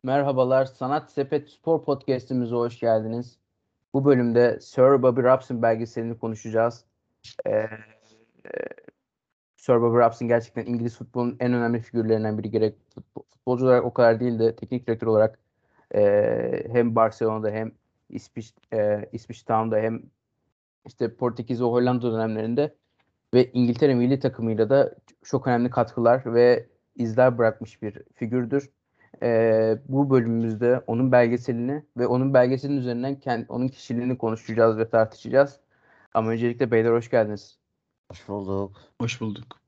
Merhabalar, Sanat Sepet Spor Podcast'imize hoş geldiniz. Bu bölümde Sir Bobby Robson belgeselini konuşacağız. Ee, e, Sir Bobby Robson gerçekten İngiliz futbolunun en önemli figürlerinden biri. Gerek futbolcu olarak o kadar değil de teknik direktör olarak hem Barcelona'da hem İsviçre Town'da hem işte Portekiz ve Hollanda dönemlerinde ve İngiltere milli takımıyla da çok önemli katkılar ve izler bırakmış bir figürdür. Bu bölümümüzde onun belgeselini ve onun belgeselinin üzerinden onun kişiliğini konuşacağız ve tartışacağız. Ama öncelikle beyler hoş geldiniz. Hoş bulduk. Hoş bulduk.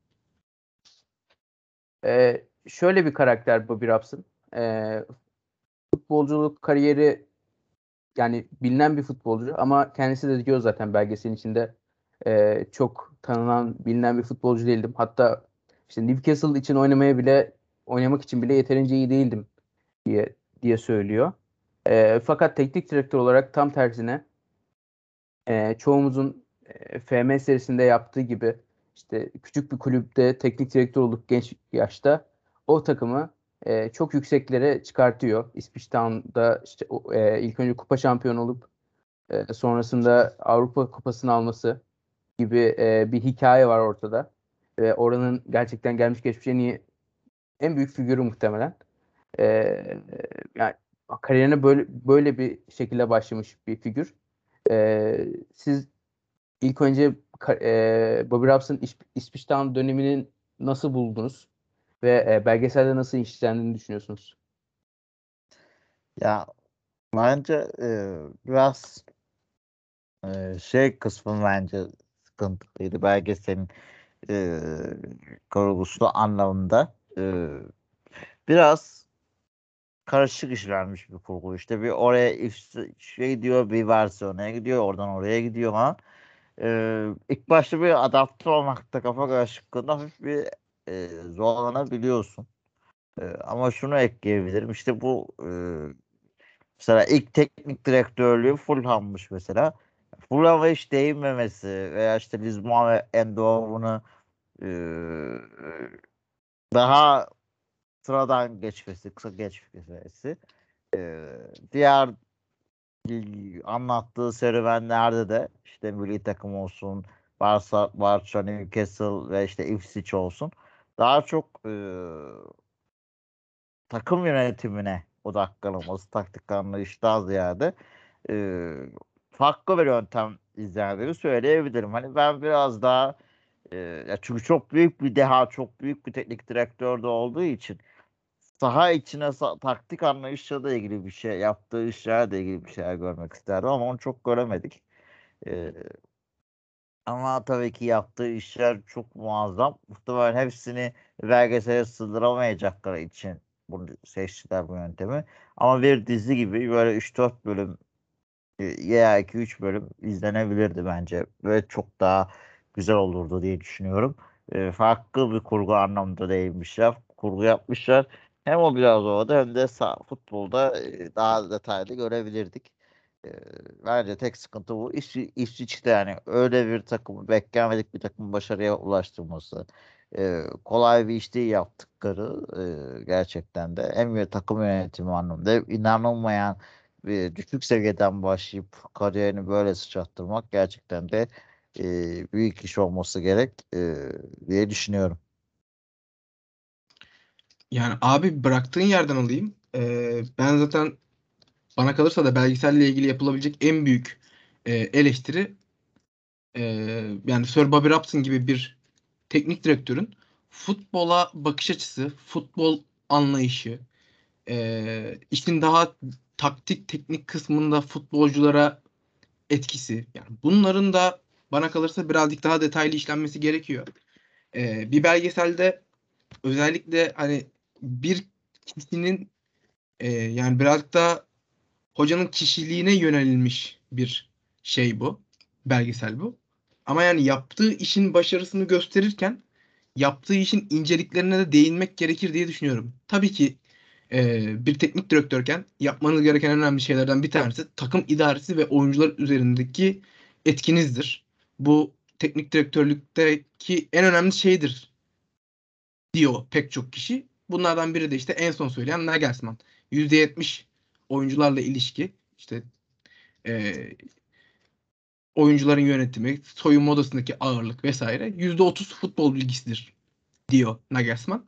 Şöyle bir karakter Bobby Robson. Futbolculuk kariyeri yani bilinen bir futbolcu ama kendisi de diyor zaten belgeselin içinde çok tanınan, bilinen bir futbolcu değildim. Hatta işte Newcastle için oynamak için bile yeterince iyi değildim diye söylüyor. Fakat teknik direktör olarak tam tersine çoğumuzun FM serisinde yaptığı gibi işte küçük bir kulüpte teknik direktör olup genç yaşta o takımı çok yükseklere çıkartıyor. Ipswich Town'da işte ilk önce kupa şampiyonu olup sonrasında Avrupa Kupası'nı alması gibi bir hikaye var ortada. Ve oranın gerçekten gelmiş geçmiş en büyük figürü muhtemelen. E, Yani kariyerine böyle bir şekilde başlamış bir figür. Siz ilk önce Bobby Robson'ın Ipswich Town döneminin nasıl buldunuz? Ve belgeselde nasıl işlendiğini düşünüyorsunuz? Ya bence biraz kısmı bence sıkıntılıydı. Belgeselin e, kurgusu anlamında biraz karışık işlenmiş bir kurgu. İşte bir oraya gidiyor, bir versiyona gidiyor, oradan oraya gidiyor ha. İlk başta bir adapte olmakta kafa karışıklığında hafif bir zorlanabiliyorsun. Ama şunu ekleyebilirim. İşte bu mesela ilk teknik direktörlüğü Fulham'mış mesela. Fulham'a hiç değinmemesi veya işte Lisbon ve Eindhoven'ı daha sıradan geçmesi, kısa geçmesi. Diğer anlattığı serüvenlerde de işte milli takım olsun, Barça, Newcastle ve işte Ipswich olsun. Daha çok takım yönetimine odaklanılması, taktik anlayıştan ziyade e, farklı bir yöntem izlendiğini söyleyebilirim. Hani ben biraz daha ya çünkü çok büyük bir deha, çok büyük bir teknik direktör de olduğu için saha içine taktik anlayışla da ilgili bir şey, yaptığı işlerle ilgili bir şeyler görmek isterdim ama onu çok göremedik. E, Ama tabii ki yaptığı işler çok muazzam. Muhtemelen hepsini belgesele sığdıramayacakları için bunu seçtiler bu yöntemi. Ama bir dizi gibi böyle 3-4 bölüm ya 2-3 bölüm izlenebilirdi bence. Böyle çok daha güzel olurdu diye düşünüyorum. Farklı bir kurgu anlamda değinmişler. Kurgu yapmışlar. Hem o biraz orada hem de futbolda daha detaylı görebilirdik. E, Bence tek sıkıntı bu. İşçi yani öyle bir takımı beklenmedik bir takımı başarıya ulaştırması. Kolay bir iş değil yaptıkları gerçekten de. Hem takım yönetimi anlamında inanılmayan düşük seviyeden başlayıp kariyerini böyle sıçrattırmak gerçekten de büyük iş olması gerek diye düşünüyorum. Yani abi bıraktığın yerden alayım. Ben zaten bana kalırsa da belgeselle ilgili yapılabilecek en büyük eleştiri yani Sir Bobby Robson gibi bir teknik direktörün futbola bakış açısı, futbol anlayışı, işin daha taktik teknik kısmında futbolculara etkisi. Yani bunların da bana kalırsa birazcık daha detaylı işlenmesi gerekiyor. Bir belgeselde özellikle hani bir kişinin yani birazcık da hocanın kişiliğine yönelilmiş bir şey bu. Belgesel bu. Ama yani yaptığı işin başarısını gösterirken yaptığı işin inceliklerine de değinmek gerekir diye düşünüyorum. Tabii ki bir teknik direktörken yapmanız gereken en önemli şeylerden bir tanesi takım idaresi ve oyuncular üzerindeki etkinizdir. Bu teknik direktörlükteki en önemli şeydir diyor pek çok kişi. Bunlardan biri de işte en son söyleyen Nagelsmann. %70 oyuncularla ilişki, işte e, oyuncuların yönetimi, soyunma odasındaki ağırlık vesaire, %30 futbol bilgisidir diyor Nagelsmann.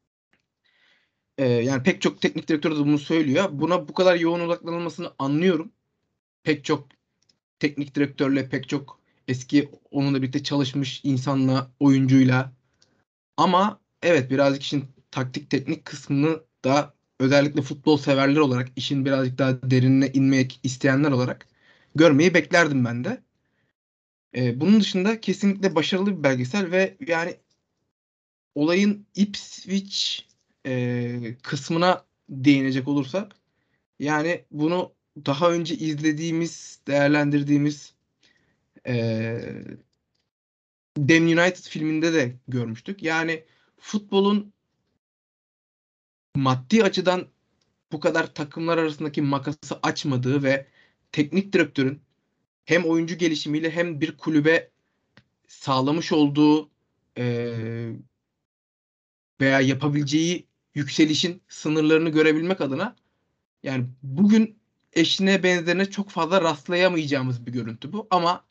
Yani pek çok teknik direktör de bunu söylüyor. Buna bu kadar yoğun odaklanılmasını anlıyorum. Pek çok teknik direktörle, pek çok eski onunla birlikte çalışmış insanla, oyuncuyla. Ama evet, birazcık işin taktik teknik kısmını da özellikle futbol severler olarak, işin birazcık daha derinine inmek isteyenler olarak görmeyi beklerdim ben de. Bunun dışında kesinlikle başarılı bir belgesel ve yani olayın Ipswich kısmına değinecek olursak, yani bunu daha önce izlediğimiz, değerlendirdiğimiz e, Damn United filminde de görmüştük. Yani futbolun maddi açıdan bu kadar takımlar arasındaki makası açmadığı ve teknik direktörün hem oyuncu gelişimiyle hem bir kulübe sağlamış olduğu veya yapabileceği yükselişin sınırlarını görebilmek adına, yani bugün eşine benzerine çok fazla rastlayamayacağımız bir görüntü bu. Ama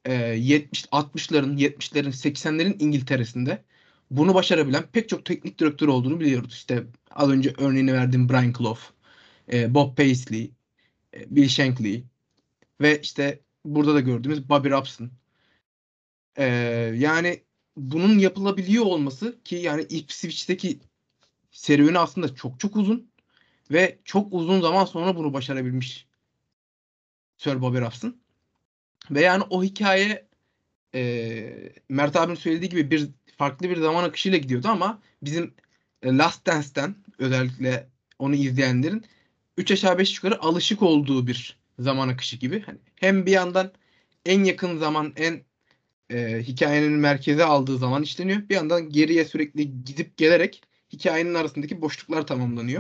70'lerin 80'lerin İngiltere'sinde bunu başarabilen pek çok teknik direktör olduğunu biliyoruz. İşte az önce örneğini verdiğim Brian Clough, Bob Paisley, Bill Shankly ve işte burada da gördüğümüz Bobby Robson. E, Yani bunun yapılabiliyor olması, ki yani Ipswich'teki serüveni aslında çok çok uzun ve çok uzun zaman sonra bunu başarabilmiş Sir Bobby Robson. Ve yani o hikaye, Mert abinin söylediği gibi bir farklı bir zaman akışıyla gidiyordu ama bizim Last Dance'ten özellikle onu izleyenlerin 3 aşağı 5 yukarı alışık olduğu bir zaman akışı gibi. Hani hem bir yandan en yakın zaman, en hikayenin merkeze aldığı zaman işleniyor. Bir yandan geriye sürekli gidip gelerek hikayenin arasındaki boşluklar tamamlanıyor.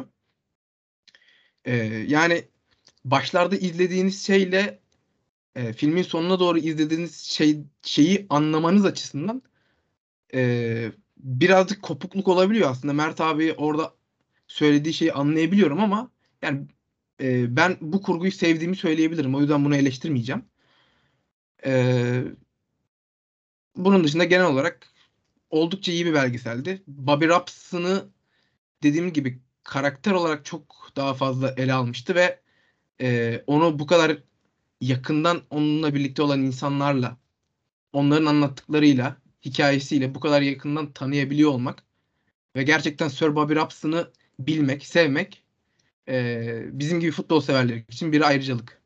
Yani başlarda izlediğiniz şeyle filmin sonuna doğru izlediğiniz şeyi anlamanız açısından birazcık kopukluk olabiliyor aslında. Mert abi orada söylediği şeyi anlayabiliyorum ama yani ben bu kurguyu sevdiğimi söyleyebilirim. O yüzden bunu eleştirmeyeceğim. E, Bunun dışında genel olarak oldukça iyi bir belgeseldi. Bobby Robson'ı dediğim gibi karakter olarak çok daha fazla ele almıştı ve onu bu kadar yakından onunla birlikte olan insanlarla, onların anlattıklarıyla, hikayesiyle bu kadar yakından tanıyabiliyor olmak ve gerçekten Sir Bobby Robson'ı bilmek, sevmek bizim gibi futbol severler için bir ayrıcalık.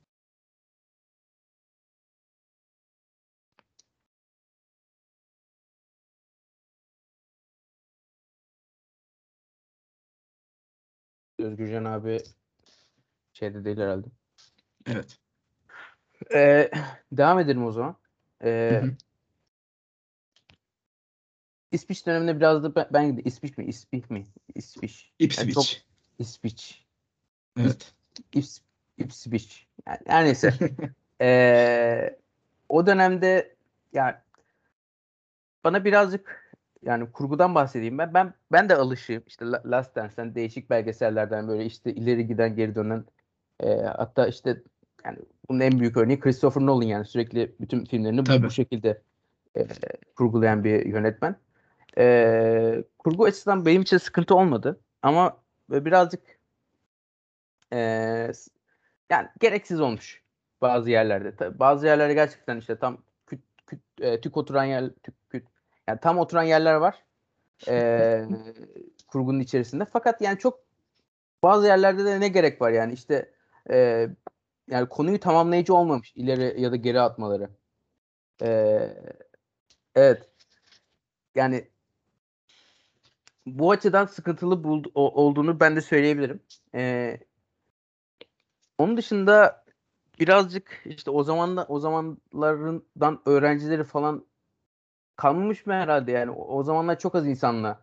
Özgürcan abi şeyde değil herhalde. Evet. Ee, Devam edelim o zaman. Hı hı. İsviç döneminde biraz da ben de İsviç mi? İsviç mi? İsviç. Yani çok Ipswich. İsviç. İs, Evet. İpsviç. Yani, her neyse. O dönemde yani bana birazcık, yani kurgudan bahsedeyim ben. Ben de alışığım. İşte Last Dance'den, değişik belgesellerden, böyle işte ileri giden geri dönen, hatta işte yani bunun en büyük örneği Christopher Nolan, yani sürekli bütün filmlerini bu Tabii. şekilde e, kurgulayan bir yönetmen. Kurgu açısından benim için sıkıntı olmadı ama birazcık e, yani gereksiz olmuş bazı yerlerde. Bazı yerlerde gerçekten işte tam tük oturan yer, yani tam oturan yerler var e, kurgunun içerisinde. Fakat yani çok bazı yerlerde de ne gerek var yani işte e, yani konuyu tamamlayıcı olmamış ileri ya da geri atmaları. E, evet, yani bu açıdan sıkıntılı olduğunu ben de söyleyebilirim. E, Onun dışında birazcık işte o zamanlarından öğrencileri falan kalmamış mı herhalde, yani o zamanlar çok az insanla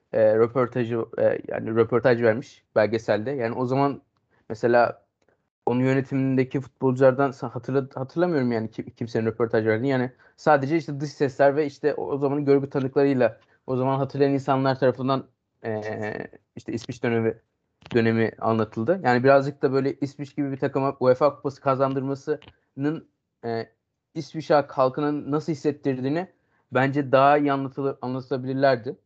yani röportaj vermiş belgeselde. Yani o zaman mesela onun yönetimindeki futbolculardan hatırlamıyorum yani kimsenin röportaj verdiğini. Yani sadece işte dış sesler ve işte o zamanın görgü tanıklarıyla o zaman hatırlayan insanlar tarafından işte İsviç dönemi dönemi anlatıldı. Yani birazcık da böyle İsviç gibi bir takıma UEFA Kupası kazandırmasının İsviç halkının nasıl hissettirdiğini bence daha iyi anlatabilirlerdi.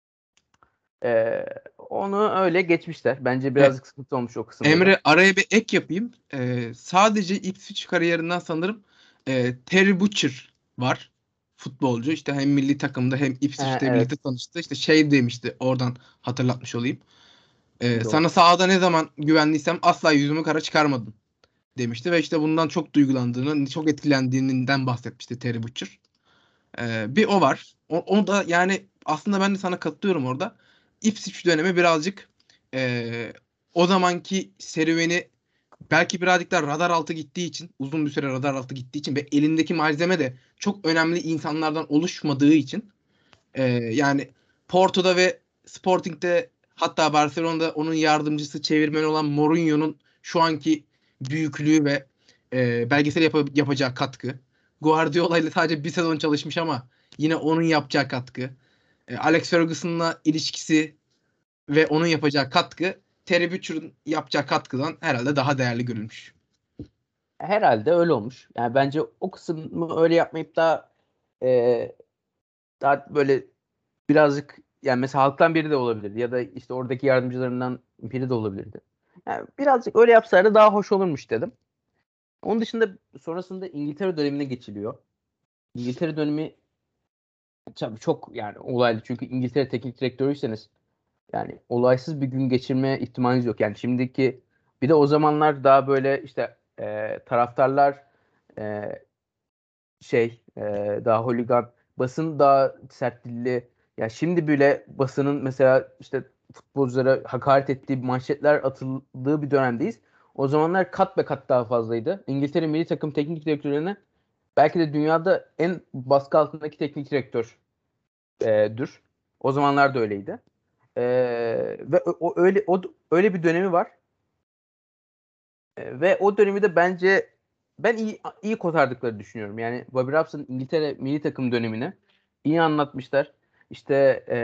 Onu öyle geçmişler. Bence E, birazcık sıkıntı olmuş o kısımda da. Emre, araya bir ek yapayım. Sadece Ipswich kariyerinden sanırım Terry Butcher var. Futbolcu. İşte hem milli takımda hem Ipswich'te birlikte Evet, tanıştı. İşte şey demişti. Oradan hatırlatmış olayım. doğru. Sana sahada ne zaman güvendiysem asla yüzümü kara çıkarmadın demişti. Ve işte bundan çok duygulandığını, çok etkilendiğinden bahsetmişti Terry Butcher. Bir o var. O da yani aslında ben de sana katılıyorum orada. Ipswich dönemi birazcık o zamanki serüveni belki birazcık da radar altı gittiği için, uzun bir süre radar altı gittiği için ve elindeki malzeme de çok önemli insanlardan oluşmadığı için yani Porto'da ve Sporting'de, hatta Barcelona'da onun yardımcısı, çevirmeni olan Mourinho'nun şu anki büyüklüğü ve belgesel yapacağı katkı. Guardiola ile sadece bir sezon çalışmış ama yine onun yapacağı katkı. Alex Ferguson'la ilişkisi ve onun yapacağı katkı Terry Butcher'ın yapacağı katkıdan herhalde daha değerli görülmüş. Herhalde öyle olmuş. Yani bence o kısmı öyle yapmayıp e, daha böyle birazcık, yani mesela halktan biri de olabilirdi ya da işte oradaki yardımcılarından biri de olabilirdi. Yani birazcık öyle yapsaydı daha hoş olurmuş dedim. Onun dışında sonrasında İngiltere dönemine geçiliyor. İngiltere dönemi tabii çok yani olaylı, çünkü İngiltere teknik direktörüyseniz yani olaysız bir gün geçirme ihtimaliniz yok. Yani şimdiki, bir de o zamanlar daha böyle işte taraftarlar e, daha holigan, basın daha sert dilli. Ya şimdi bile basının mesela işte futbolculara hakaret ettiği manşetler atıldığı bir dönemdeyiz. O zamanlar kat be kat daha fazlaydı. İngiltere milli takım teknik direktörlerine belki de dünyada en baskı altındaki teknik direktördür. O zamanlar da öyleydi. E, ve öyle bir dönemi var. Ve o dönemi de bence ben iyi kotardıkları düşünüyorum. Yani Bobby Robson İngiltere milli takım dönemini iyi anlatmışlar. İşte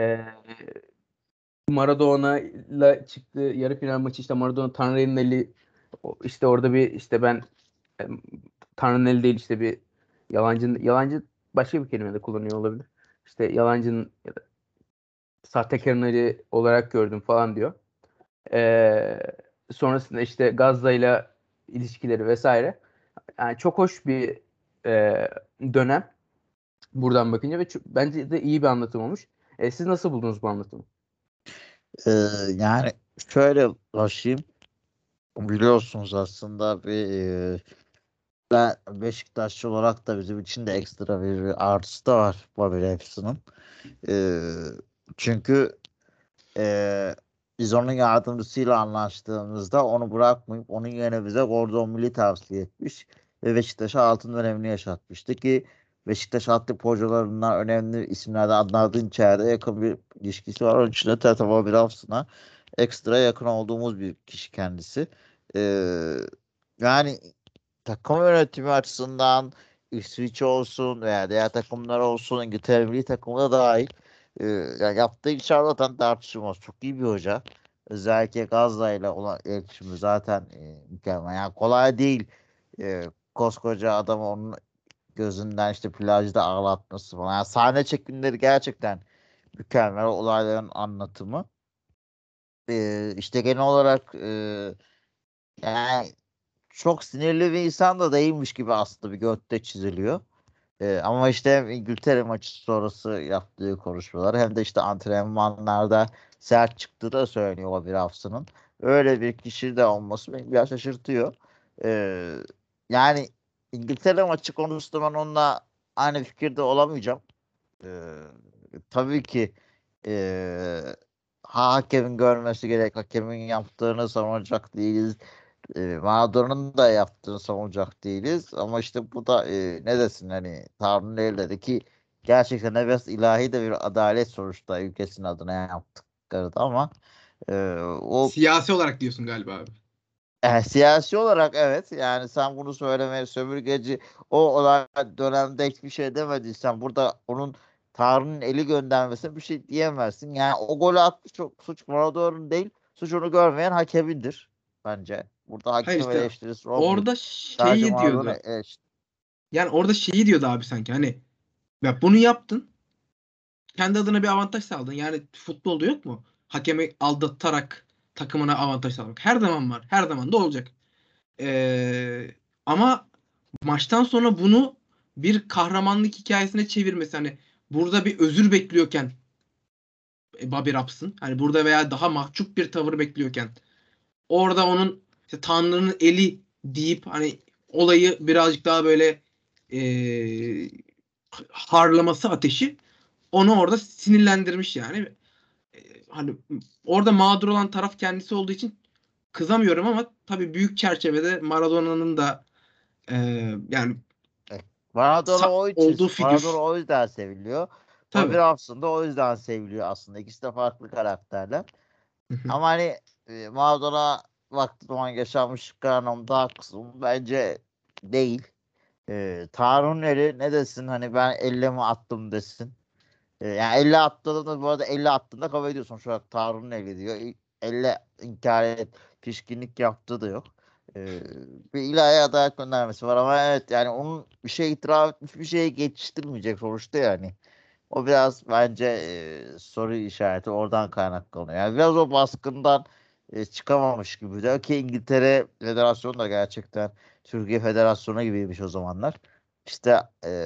Maradona'yla çıktığı yarı final maçı, işte Maradona Tanrı'nın eli, işte orada bir işte ben e, Tanrı'nın eli değil, işte bir yalancı başka bir kelime de kullanıyor olabilir. İşte yalancının ya da sahtekarın eli olarak gördüm falan diyor. E, sonrasında işte Gazze'yle ilişkileri vesaire. Yani çok hoş bir dönem buradan bakınca ve bence de iyi bir anlatım olmuş. Siz nasıl buldunuz bu anlatımı? Ee, Yani şöyle başlayayım. Biliyorsunuz aslında ben Beşiktaşlı olarak da bizim için de ekstra bir artısı da var Bobby Robson'ın. Ee, Çünkü Ee, biz onun yardımcısıyla anlaştığımızda onu bırakmayıp onun yerine bize Gordon Mill'i tavsiye etmiş ve Beşiktaş'a altın dönemini yaşatmıştı ki Beşiktaş altyapı hocalarından önemli isimlerden Adnan içeride yakın bir ilişkisi var. Onun için de Tata Birafsın'a ekstra yakın olduğumuz bir kişi kendisi. Ee, Yani takım yönetimi açısından İsviçre olsun veya diğer takımlar olsun, İngiltere milli takımı da dahil, yani yaptığı işler zaten tartışılmaz. Çok iyi bir hoca. Özellikle Gazza ile olan iletişimi zaten mükemmel. Yani kolay değil koskoca adamı onun gözünden işte plajda ağlatması falan. Yani sahne çekimleri gerçekten mükemmel. Olayların anlatımı. İşte genel olarak yani çok sinirli bir insan da değilmiş gibi aslında bir götte çiziliyor. Ama işte hem İngiltere maçı sonrası yaptığı konuşmalar hem de işte antrenmanlarda sert çıktığı da söyleniyor o bir hafsanın. Öyle bir kişi de olması beni biraz şaşırtıyor. Ee, Yani İngiltere maçı konusunda ben onunla aynı fikirde olamayacağım. Ee, tabii ki ee, hakemin görmesi gerek. Hakemin yaptığını savunacak değiliz. Maradona'nın da yaptığını savunacak değiliz. Ama işte bu da ne desin hani Tanrı'nın elleri ki gerçekten de biraz ilahi de bir adalet sonuçta ülkesinin adına yaptıkları da ama e, o Siyasi olarak diyorsun galiba abi. siyasi olarak evet yani sen bunu söylemeye sömürgeci o olay dönemde hiçbir şey demediysen burada onun Tanrı'nın eli göndermesine bir şey diyemezsin. Yani o golü attı çok suç Maradona'nın değil suçunu görmeyen hakemindir bence. Burada Hayır hakem işte eleştirisi olmuyor. orada Sadece şeyi Maradona diyordu. Yani orada şeyi diyordu abi sanki hani ya bunu yaptın. Kendi adına bir avantaj sağladın. Yani futbolda yok mu? Hakemi aldatarak takımına avantaj sağlamak. Her zaman var. Her zaman da olacak. Ama maçtan sonra bunu bir kahramanlık hikayesine çevirmesi hani burada bir özür bekliyorken Bobby Robson hani burada veya daha mahcup bir tavır bekliyorken orada onun işte Tanrı'nın eli deyip hani olayı birazcık daha böyle ee, harlaması ateşi onu orada sinirlendirmiş yani. Hani orada mağdur olan taraf kendisi olduğu için kızamıyorum ama tabii büyük çerçevede Maradona'nın da yani Maradona o için, olduğu Maradona figür. o yüzden seviliyor. Bobby Tabii. Robson da o yüzden seviliyor aslında. İkisi de farklı karakterler. Hı hı. Ama hani Maradona vakti zaman yaşanmışlıklar anlamda haklısın. Bence değil. Tanrı'nın eli ne desin? Hani ben elle mi attım desin. Yani elle attığında bu arada elle attığında kabul ediyorsun. Şu an Tanrı'nın eli diyor. Elle inkar et. Pişkinlik yaptığı da yok. Ee, Bir ilahi adalet göndermesi var ama evet yani onun bir şey itiraf etmiş bir şeye geçiştirmeyecek sonuçta yani. O biraz bence soru işareti oradan kaynaklanıyor. Yani biraz o baskından çıkamamış gibi de ki İngiltere Federasyonu da gerçekten Türkiye Federasyonu gibiymiş o zamanlar. İşte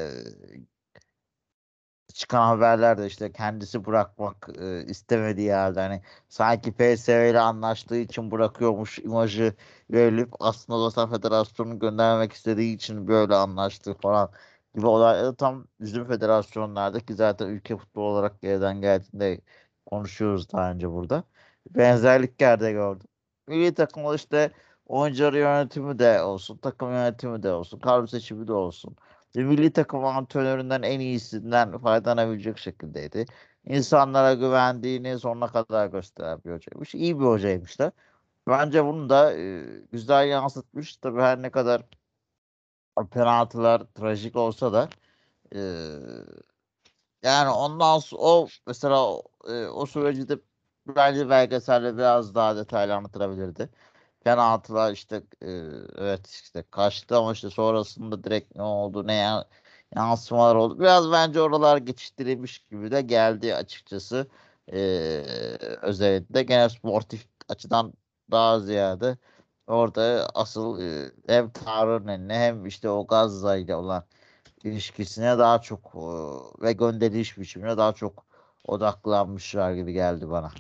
çıkan haberlerde işte kendisi bırakmak istemediği yerde hani sanki PSV ile anlaştığı için bırakıyormuş imajı verilip aslında zaten federasyonu göndermek istediği için böyle anlaştığı falan gibi olayları tam bizim federasyonlarda ki zaten ülke futbol olarak geriden geldiğinde konuşuyoruz daha önce burada. Benzerlikler de gördüm. Milli takımda işte oyuncuları yönetimi de olsun, takım yönetimi de olsun, kadro seçimi de olsun. Milli takım antrenöründen en iyisinden faydalanabilecek şekildeydi. İnsanlara güvendiğini sonuna kadar gösteren bir hocaymış. İyi bir hocaymış da. Bence bunu da güzel yansıtmış. Tabii her ne kadar penaltılar trajik olsa da e, yani ondan sonra o mesela o süreci de bence belgeselde biraz daha detaylı anlatılabilirdi. Penaltılar işte evet işte kaçtı ama işte sonrasında direkt ne oldu yansımalar oldu. Biraz bence oralar geçiştirilmiş gibi de geldi açıkçası. E, Özellikle gene sportif açıdan daha ziyade orada asıl hem Tarık'ın eline hem işte o Gazze ile olan ilişkisine daha çok ve gönderiş biçimine daha çok odaklanmışlar gibi geldi bana.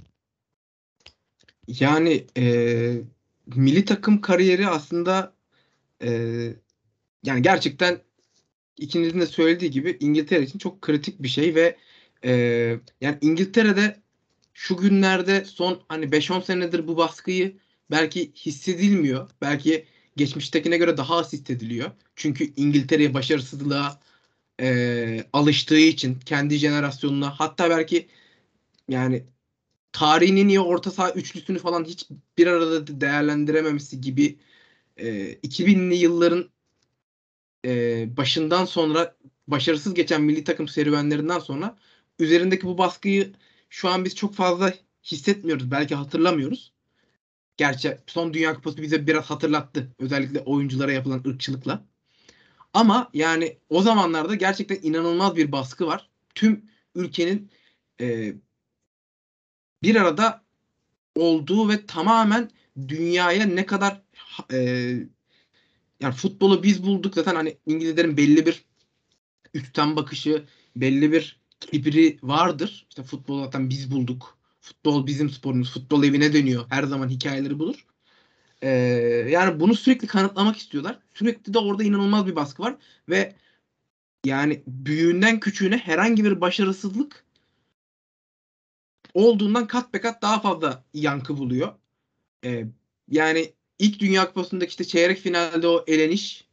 Yani milli takım kariyeri aslında e, yani gerçekten ikinizin de söylediği gibi İngiltere için çok kritik bir şey ve e, yani İngiltere'de şu günlerde son hani 5-10 senedir bu baskıyı belki hissedilmiyor. Belki geçmiştekine göre daha az hissediliyor. Çünkü İngiltere'ye başarısızlığa alıştığı için kendi jenerasyonuna hatta belki yani tarihin en iyi orta saha üçlüsünü falan hiç bir arada değerlendirememesi gibi 2000'li yılların başından sonra başarısız geçen milli takım serüvenlerinden sonra üzerindeki bu baskıyı şu an biz çok fazla hissetmiyoruz. Belki hatırlamıyoruz. Gerçi son Dünya Kupası bize biraz hatırlattı. Özellikle oyunculara yapılan ırkçılıkla. Ama yani o zamanlarda gerçekten inanılmaz bir baskı var. Tüm ülkenin e, bir arada olduğu ve tamamen dünyaya ne kadar e, yani futbolu biz bulduk zaten hani İngilizlerin belli bir üstten bakışı, belli bir kibri vardır. İşte futbolu zaten biz bulduk. Futbol bizim sporumuz. Futbol evine dönüyor. Her zaman hikayeleri bulur. Ee, Yani bunu sürekli kanıtlamak istiyorlar. Sürekli de orada inanılmaz bir baskı var ve yani büyüğünden küçüğüne herhangi bir başarısızlık olduğundan kat be kat daha fazla yankı buluyor. Ee, Yani ilk Dünya Kupası'ndaki işte çeyrek finalde o eleniş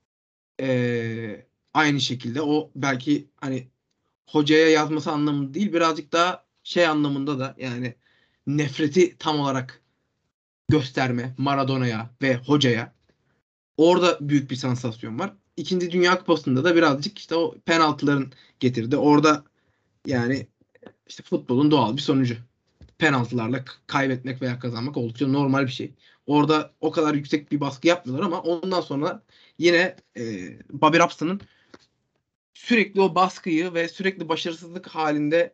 aynı şekilde o belki hani hocaya yazması anlamında değil birazcık daha şey anlamında da yani nefreti tam olarak gösterme Maradona'ya ve hocaya. Orada büyük bir sansasyon var. İkinci Dünya Kupası'nda da birazcık işte o penaltıların getirdi. Orada yani işte futbolun doğal bir sonucu. penaltılarla kaybetmek veya kazanmak oldukça normal bir şey. Orada o kadar yüksek bir baskı yapmıyorlar ama ondan sonra yine Bobby Robson'ın sürekli o baskıyı ve sürekli başarısızlık halinde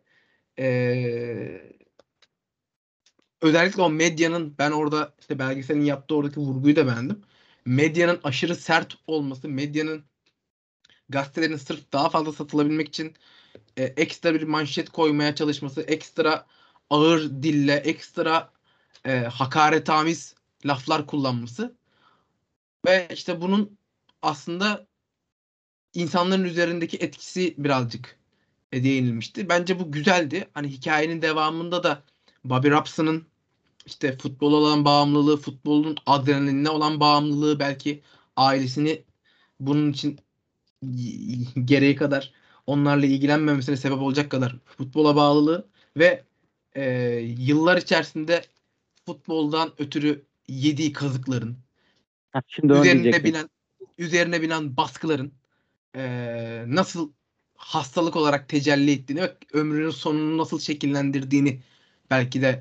özellikle o medyanın, ben orada işte belgeselin yaptığı oradaki vurguyu da beğendim. Medyanın aşırı sert olması, medyanın gazetelerin sırf daha fazla satılabilmek için ekstra bir manşet koymaya çalışması, ekstra ağır dille, ekstra hakaretamiz laflar kullanması ve işte bunun aslında insanların üzerindeki etkisi birazcık değinilmişti. Bence bu güzeldi. Hani hikayenin devamında da Bobby Robson'ın işte futbola olan bağımlılığı, futbolun adrenalinine olan bağımlılığı, belki ailesini bunun için gereği kadar onlarla ilgilenmemesine sebep olacak kadar futbola bağlılığı ve e, yıllar içerisinde futboldan ötürü yediği kazıkların, Şimdi onu üzerine diyecektim. binen üzerine binen baskıların nasıl hastalık olarak tecelli ettiğini ve ömrünün sonunu nasıl şekillendirdiğini belki de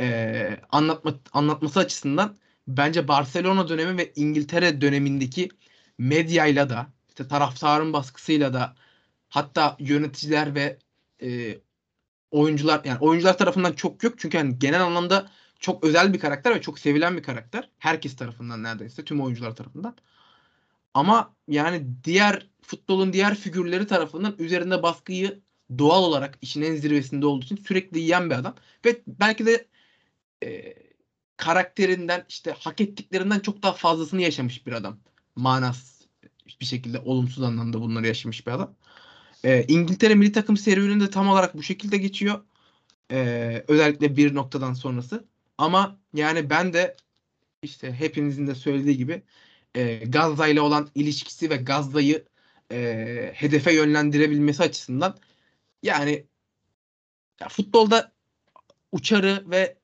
anlatması açısından bence Barcelona dönemi ve İngiltere dönemindeki medyayla da işte taraftarın baskısıyla da hatta yöneticiler ve e, oyuncular, yani oyuncular tarafından çok yok çünkü hani genel anlamda çok özel bir karakter ve çok sevilen bir karakter. Herkes tarafından, neredeyse tüm oyuncular tarafından. Ama yani futbolun diğer figürleri tarafından üzerinde baskıyı doğal olarak işin en zirvesinde olduğu için sürekli yiyen bir adam. Ve belki de e, karakterinden, işte hak ettiklerinden çok daha fazlasını yaşamış bir adam. Manas bir şekilde olumsuz anlamda bunları yaşamış bir adam. İngiltere milli takım serüveni de tam olarak bu şekilde geçiyor. Özellikle bir noktadan sonrası. Ama yani ben de işte hepinizin de söylediği gibi Gazza ile olan ilişkisi ve Gazza'yı hedefe yönlendirebilmesi açısından, yani ya futbolda uçarı ve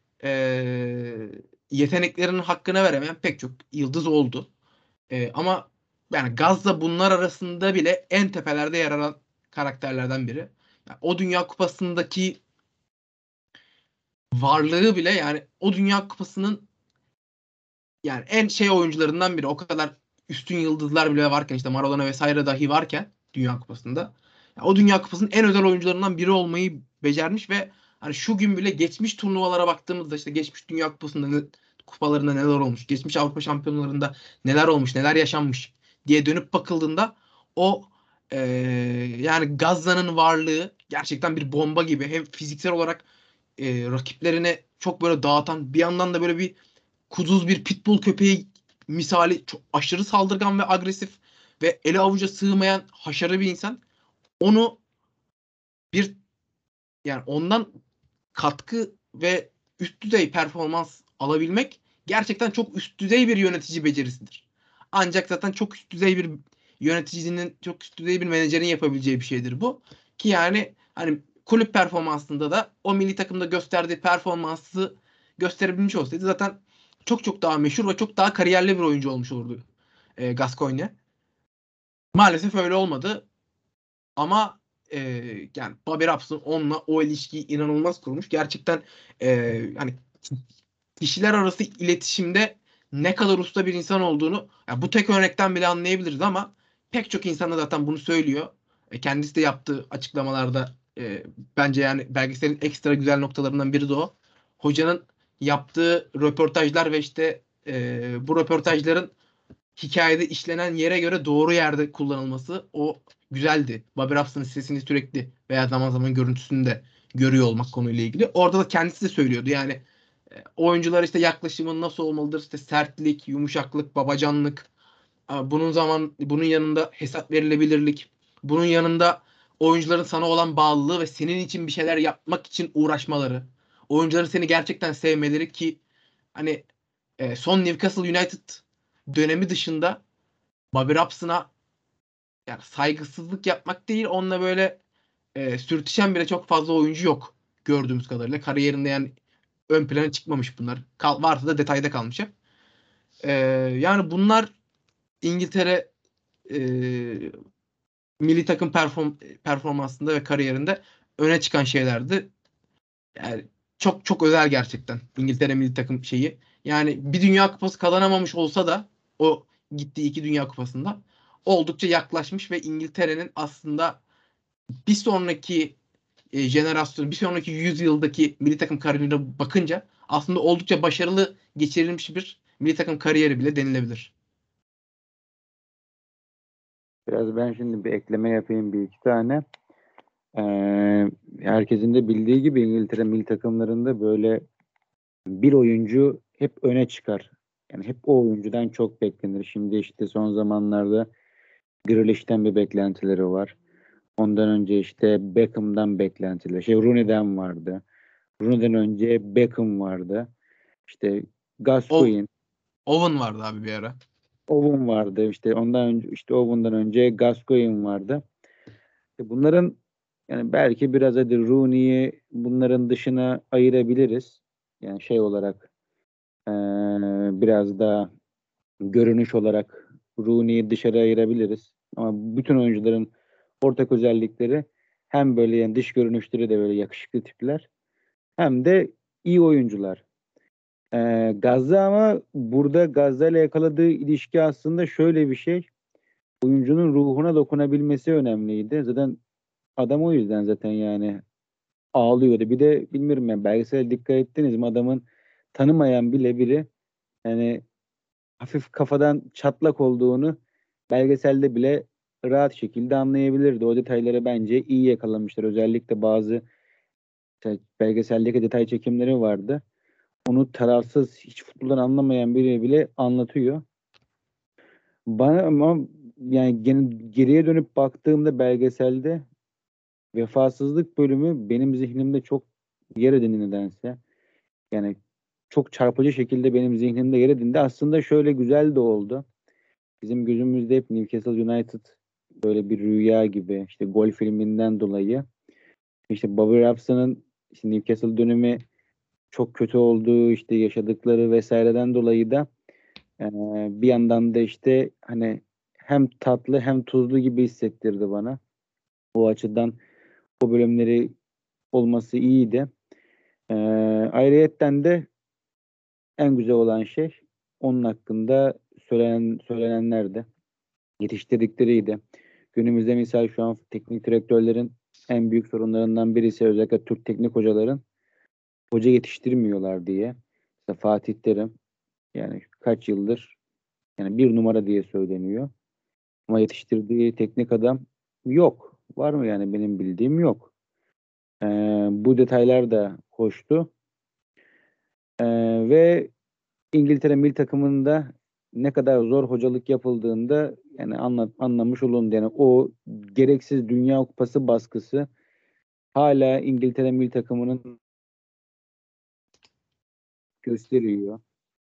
yeteneklerinin hakkını veremeyen pek çok yıldız oldu. Ama yani Gazza bunlar arasında bile en tepelerde yer alan karakterlerden biri. Yani o Dünya Kupası'ndaki varlığı bile, yani o Dünya Kupası'nın yani en şey oyuncularından biri. O kadar üstün yıldızlar bile varken, işte Maradona vesaire dahi varken Dünya Kupası'nda. Ya o Dünya Kupası'nın en özel oyuncularından biri olmayı becermiş ve hani şu gün bile geçmiş turnuvalara baktığımızda, işte geçmiş Dünya Kupası'nda kupalarında neler olmuş, geçmiş Avrupa Şampiyonlarında neler olmuş, neler yaşanmış diye dönüp bakıldığında o eee, yani Gazza'nın varlığı gerçekten bir bomba gibi, hem fiziksel olarak rakiplerine çok böyle dağıtan, bir yandan da böyle bir kuduz bir pitbull köpeği misali çok aşırı saldırgan ve agresif ve ele avuca sığmayan haşarı bir insan. Onu bir, yani ondan katkı ve üst düzey performans alabilmek gerçekten çok üst düzey bir yönetici becerisidir. Ancak zaten çok üst düzey bir yöneticinin, çok üst düzey bir menajerin yapabileceği bir şeydir bu. Ki yani hani kulüp performansında da o milli takımda gösterdiği performansı gösterebilmiş olsaydı zaten çok çok daha meşhur ve çok daha kariyerli bir oyuncu olmuş olurdu Gascoigne. Maalesef öyle olmadı. Ama yani Bobby Robson onunla o ilişkiyi inanılmaz kurmuş. Gerçekten hani kişiler arası iletişimde ne kadar usta bir insan olduğunu ya bu tek örnekten bile anlayabiliriz ama pek çok insan da zaten bunu söylüyor. Kendisi de yaptığı açıklamalarda bence yani belgeselin ekstra güzel noktalarından biri de o. Hocanın yaptığı röportajlar ve işte bu röportajların hikayede işlenen yere göre doğru yerde kullanılması, o güzeldi. Bobby Robson'ın sesini sürekli veya zaman zaman görüntüsünü de görüyor olmak konuyla ilgili. Orada da kendisi de söylüyordu. Yani oyuncular işte yaklaşımın nasıl olmalıdır? İşte sertlik, yumuşaklık, babacanlık. Bunun yanında hesap verilebilirlik. Bunun yanında oyuncuların sana olan bağlılığı ve senin için bir şeyler yapmak için uğraşmaları. Oyuncuların seni gerçekten sevmeleri ki hani son Newcastle United dönemi dışında Bobby Robson'a yani saygısızlık yapmak değil, onunla böyle sürtüşen bile çok fazla oyuncu yok gördüğümüz kadarıyla. Kariyerinde yani ön plana çıkmamış bunlar. Varsa da detayda kalmış hep. Yani bunlar İngiltere e, milli takım performansında ve kariyerinde öne çıkan şeylerdi. Yani çok çok özel gerçekten İngiltere milli takım şeyi. Yani bir Dünya Kupası kazanamamış olsa da o gittiği 2 Dünya Kupası'nda oldukça yaklaşmış ve İngiltere'nin aslında bir sonraki jenerasyon, bir sonraki yüzyıldaki milli takım kariyerine bakınca aslında oldukça başarılı geçirilmiş bir milli takım kariyeri bile denilebilir. Biraz ben şimdi bir ekleme yapayım bir iki tane. Herkesin de bildiği gibi İngiltere milli takımlarında böyle bir oyuncu hep öne çıkar. Yani hep o oyuncudan çok beklenir. Şimdi işte son zamanlarda Grealish'ten bir beklentileri var. Ondan önce işte Beckham'dan beklentiler. Rooney'den vardı. Rooney'den önce Beckham vardı. İşte O Gascoigne, Owen vardı abi bir ara. Owen vardı. İşte ondan önce işte Owen'dan önce Gascoigne vardı. Bunların yani belki biraz hadi Rooney'i bunların dışına ayırabiliriz. Yani şey olarak biraz daha görünüş olarak Rooney'i dışarı ayırabiliriz. Ama bütün oyuncuların ortak özellikleri hem böyle yani dış görünüşleri de böyle yakışıklı tipler hem de iyi oyuncular. Gazze ama burada Gazze ile yakaladığı ilişki aslında şöyle bir şey. Oyuncunun ruhuna dokunabilmesi önemliydi. Zaten adam o yüzden zaten yani ağlıyordu. Bir de bilmiyorum yani belgesel dikkat ettiniz mi adamın tanımayan bile biri yani hafif kafadan çatlak olduğunu belgeselde bile rahat şekilde anlayabilirdi. O detayları bence iyi yakalamışlar. Özellikle bazı belgeseldeki detay çekimleri vardı. Onu tarafsız hiç futboldan anlamayan biri bile anlatıyor. Bana ama yani geriye dönüp baktığımda belgeselde vefasızlık bölümü benim zihnimde çok yer edindi nedense. Yani çok çarpıcı şekilde benim zihnimde yer edindi. Aslında şöyle güzel de oldu. Bizim gözümüzde hep Newcastle United böyle bir rüya gibi işte gol filminden dolayı. İşte Bobby Robson'ın işte Newcastle dönemi çok kötü olduğu işte yaşadıkları vesaireden dolayı da bir yandan da işte hani hem tatlı hem tuzlu gibi hissettirdi bana. O açıdan o bölümleri olması iyiydi. Ayrıyetten de en güzel olan şey onun hakkında söylenenler de yetiştirdikleriydi. Günümüzde misal şu an teknik direktörlerin en büyük sorunlarından birisi özellikle Türk teknik hocaların hoca yetiştirmiyorlar diye. İşte Fatih Terim yani kaç yıldır yani bir numara diye söyleniyor. Ama yetiştirdiği teknik adam yok. Var mı yani benim bildiğim yok. Bu detaylar da hoştu. Ve İngiltere milli takımında ne kadar zor hocalık yapıldığında yani anlamış olundu. Yani o gereksiz Dünya Kupası baskısı hala İngiltere milli takımının gösteriyor.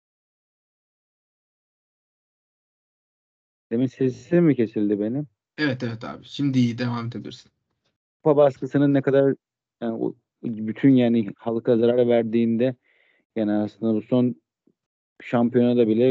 Demin sesi mi kesildi benim? Evet evet abi. Şimdi iyi devam edebilirsin. Kupa baskısının ne kadar yani bütün yani halka zarar verdiğinde yani aslında bu son şampiyonada bile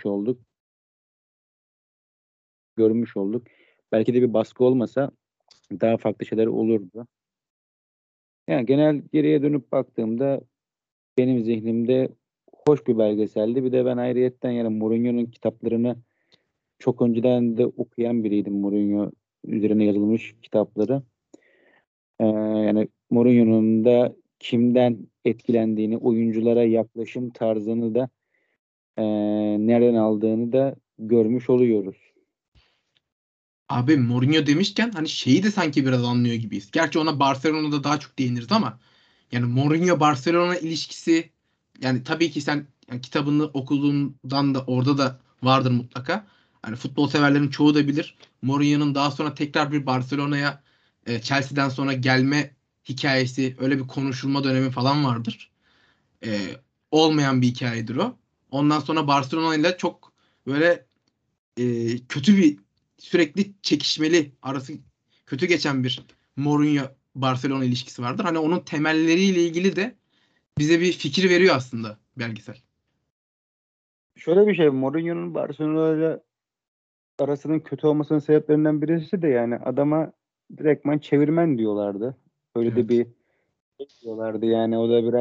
görmüş olduk. Belki de bir baskı olmasa daha farklı şeyler olurdu. Yani genel geriye dönüp baktığımda benim zihnimde hoş bir belgeseldi. Bir de ben ayrıyetten yani Mourinho'nun kitaplarını çok önceden de okuyan biriydim. Mourinho üzerine yazılmış kitapları. Yani Mourinho'nun da kimden etkilendiğini, oyunculara yaklaşım tarzını da nereden aldığını da görmüş oluyoruz. Abi Mourinho demişken hani şeyi de sanki biraz anlıyor gibiyiz. Gerçi ona Barcelona'da daha çok değiniriz ama yani Mourinho Barcelona ilişkisi yani tabii ki sen yani kitabını okuduğundan da orada da vardır mutlaka. Hani futbol severlerin çoğu da bilir. Mourinho'nun daha sonra tekrar bir Barcelona'ya Chelsea'den sonra gelme hikayesi öyle bir konuşulma dönemi falan vardır. E, Olmayan bir hikayedir o. Ondan sonra Barcelona ile çok böyle kötü bir sürekli çekişmeli arası kötü geçen bir Mourinho Barcelona ilişkisi vardır. Hani onun temelleriyle ilgili de bize bir fikir veriyor aslında belgesel. Şöyle bir şey, Mourinho'nun Barcelona ile arasının kötü olmasının sebeplerinden birisi de yani adama direktman çevirmen diyorlardı. Öyle de Evet. bir şey diyorlardı yani o da biraz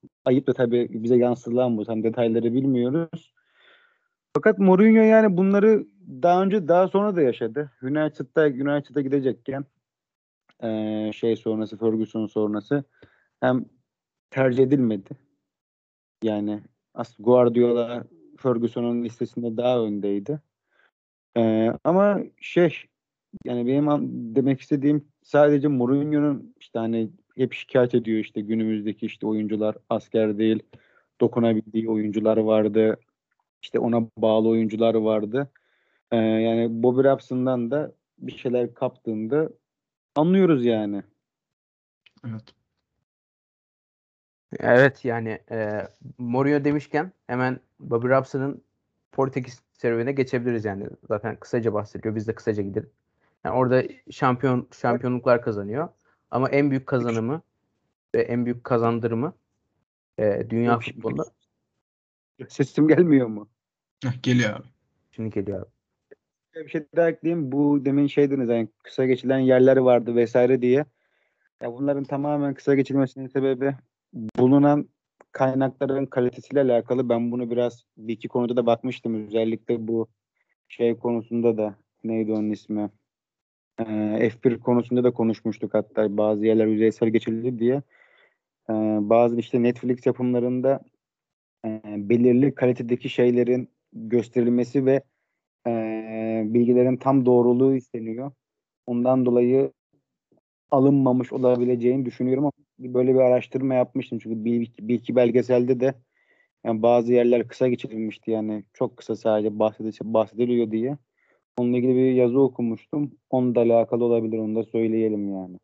ayıp da tabii bize yansıtılan bu. Tam detayları bilmiyoruz. Fakat Mourinho yani bunları daha sonra da yaşadı. United'a gidecekken sonrası, Ferguson sonrası hem tercih edilmedi. Yani aslında Guardiola Ferguson'un listesinde daha öndeydi. Ama yani benim demek istediğim sadece Mourinho'nun işte hani hep şikayet ediyor işte günümüzdeki işte oyuncular asker değil, dokunabildiği oyuncular vardı. İşte ona bağlı oyuncular vardı. Yani Bobby Robson'dan da bir şeyler kaptığında anlıyoruz yani. Evet. Evet yani Mourinho demişken hemen Bobby Robson'ın Portekiz serüvenine geçebiliriz yani. Zaten kısaca bahsediyor. Biz de kısaca gidelim. Yani orada şampiyonluklar kazanıyor. Ama en büyük kazanımı ve en büyük kazandırımı dünya futbolunda Sesim gelmiyor mu? Geliyor abi. şimdi geliyor abi. Bir şey daha ekleyeyim. Bu demin dediniz yani kısa geçilen yerler vardı vesaire diye. Ya bunların tamamen kısa geçilmesinin sebebi bulunan kaynakların kalitesiyle alakalı. Ben bunu biraz bir iki konuda da bakmıştım. Özellikle bu konusunda da neydi onun ismi? F1 konusunda da konuşmuştuk hatta bazı yerler yüzeysel geçildi diye. Bazı işte Netflix yapımlarında belirli kalitedeki şeylerin gösterilmesi ve bilgilerin tam doğruluğu isteniyor. Ondan dolayı alınmamış olabileceğini düşünüyorum ama böyle bir araştırma yapmıştım. Çünkü bir iki belgeselde de yani bazı yerler kısa geçirilmişti yani çok kısa sadece bahsediliyor diye. Onunla ilgili bir yazı okumuştum. Onunla alakalı olabilir. Onu da söyleyelim yani.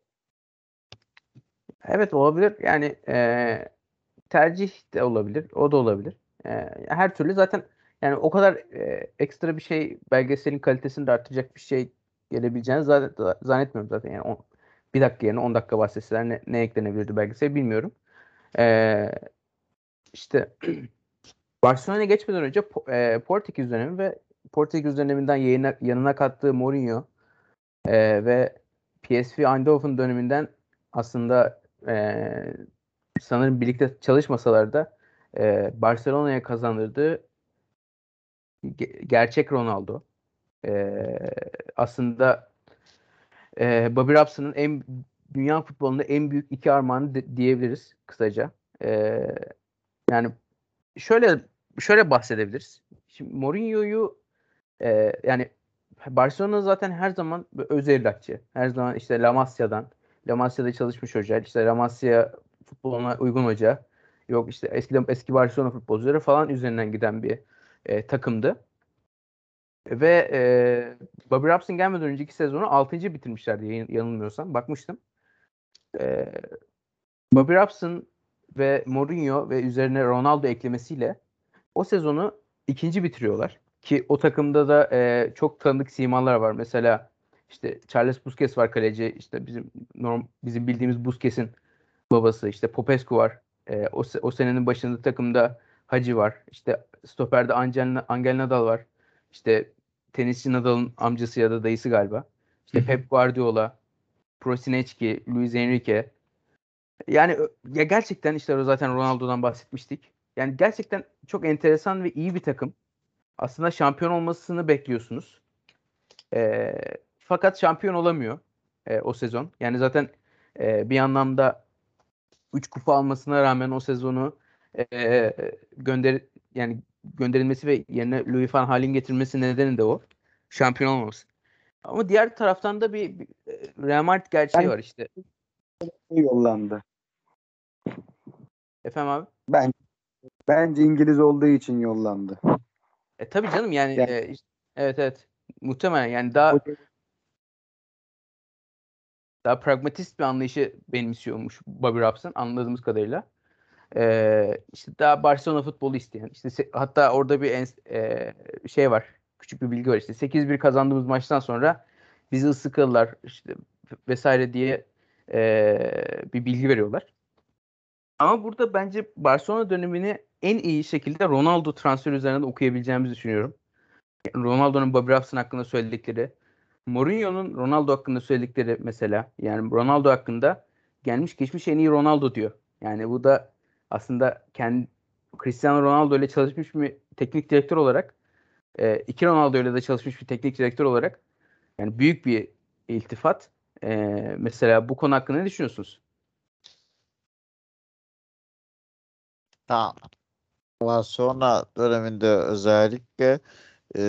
Evet olabilir. Yani tercih de olabilir. O da olabilir. Her türlü zaten yani o kadar ekstra bir şey belgeselin kalitesini de arttıracak bir şey gelebileceğini zaten zannetmiyorum zaten. Yani bir dakika yerine 10 dakika bahsetseler ne eklenebilirdi belgesel bilmiyorum. E, işte Barcelona'ya geçmeden önce Portekiz dönemi ve Portekiz döneminden yanına kattığı Mourinho ve PSV Eindhoven döneminden aslında sanırım birlikte çalışmasalar da Barcelona'ya kazandırdığı gerçek Ronaldo. E, aslında Bobby Robson'ın dünya futbolunda en büyük iki armağanı diyebiliriz kısaca. E, yani şöyle şöyle bahsedebiliriz. Şimdi Mourinho'yu yani Barcelona zaten her zaman öz evlatçı. Her zaman işte La Masia'da çalışmış hoca. İşte La Masia futboluna uygun hoca. Yok işte eski Barcelona futbolcuları falan üzerinden giden bir takımdı. Ve Bobby Robson gelmeden önceki sezonu 6. bitirmişlerdi yanılmıyorsam. Bakmıştım. E, Bobby Robson ve Mourinho ve üzerine Ronaldo eklemesiyle o sezonu ikinci bitiriyorlar. Ki o takımda da çok tanıdık simalar var. Mesela işte Charles Busquets var kaleci. İşte bizim bildiğimiz Busquets'in babası. İşte Popescu var. O senenin başında takımda Hacı var. İşte stoperde Angel Nadal var. İşte tenisçi Nadal'ın amcası ya da dayısı galiba. İşte Pep Guardiola, Prosinecki, Luis Enrique. Yani ya gerçekten işte zaten Ronaldo'dan bahsetmiştik. Yani gerçekten çok enteresan ve iyi bir takım. Aslında şampiyon olmasını bekliyorsunuz. E, fakat şampiyon olamıyor o sezon. Yani zaten bir anlamda 3 kupa almasına rağmen o sezonu e, gönder yani gönderilmesi ve yerine Louis van Gaal'in getirilmesi nedeni de o. Şampiyon olmaması. Ama diğer taraftan da bir Real Madrid gerçeği Ben var işte. yollandı. Efendim abi? Ben bence İngiliz olduğu için yollandı. Tabii canım yani Yani evet evet. Muhtemelen yani o daha pragmatist bir anlayışı benimsiyormuş Bobby Robson anladığımız kadarıyla. İşte daha Barcelona futbolu isteyen. İşte hatta orada bir şey var. Küçük bir bilgi var işte. 8-1 kazandığımız maçtan sonra bizi ıslıkladılar işte vesaire diye bir bilgi veriyorlar. Ama burada bence Barcelona dönemini en iyi şekilde Ronaldo transferi üzerinden okuyabileceğimizi düşünüyorum. Ronaldo'nun Bobby Robson hakkında söyledikleri, Mourinho'nun Ronaldo hakkında söyledikleri mesela. Yani Ronaldo hakkında gelmiş geçmiş en iyi Ronaldo diyor. Yani bu da aslında Cristiano Ronaldo ile çalışmış bir teknik direktör olarak, iki Ronaldo ile de çalışmış bir teknik direktör olarak yani büyük bir iltifat. Mesela bu konu hakkında ne düşünüyorsunuz? Tamam. Barcelona döneminde özellikle e,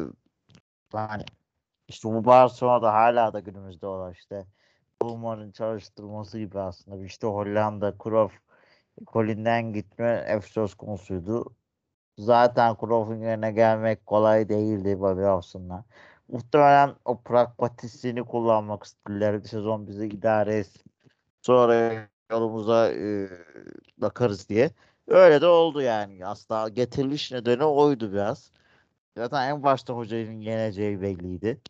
yani işte bu Barcelona'da hala da günümüzde olan işte Koeman'ın çalıştırması gibi aslında. İşte Hollanda, Cruyff, Colin'den gitme hep söz konusuydu. Zaten Cruyff'un yerine gelmek kolay değildi Bobby Robson'la. Muhtemelen o pragmatistliğini kullanmak istediler. Bir sezon bizi idare etsin. Sonra yolumuza bakarız diye. Öyle de oldu yani. Aslında getiriliş nedeni oydu biraz. Zaten en başta hocanın yeneceği belliydi.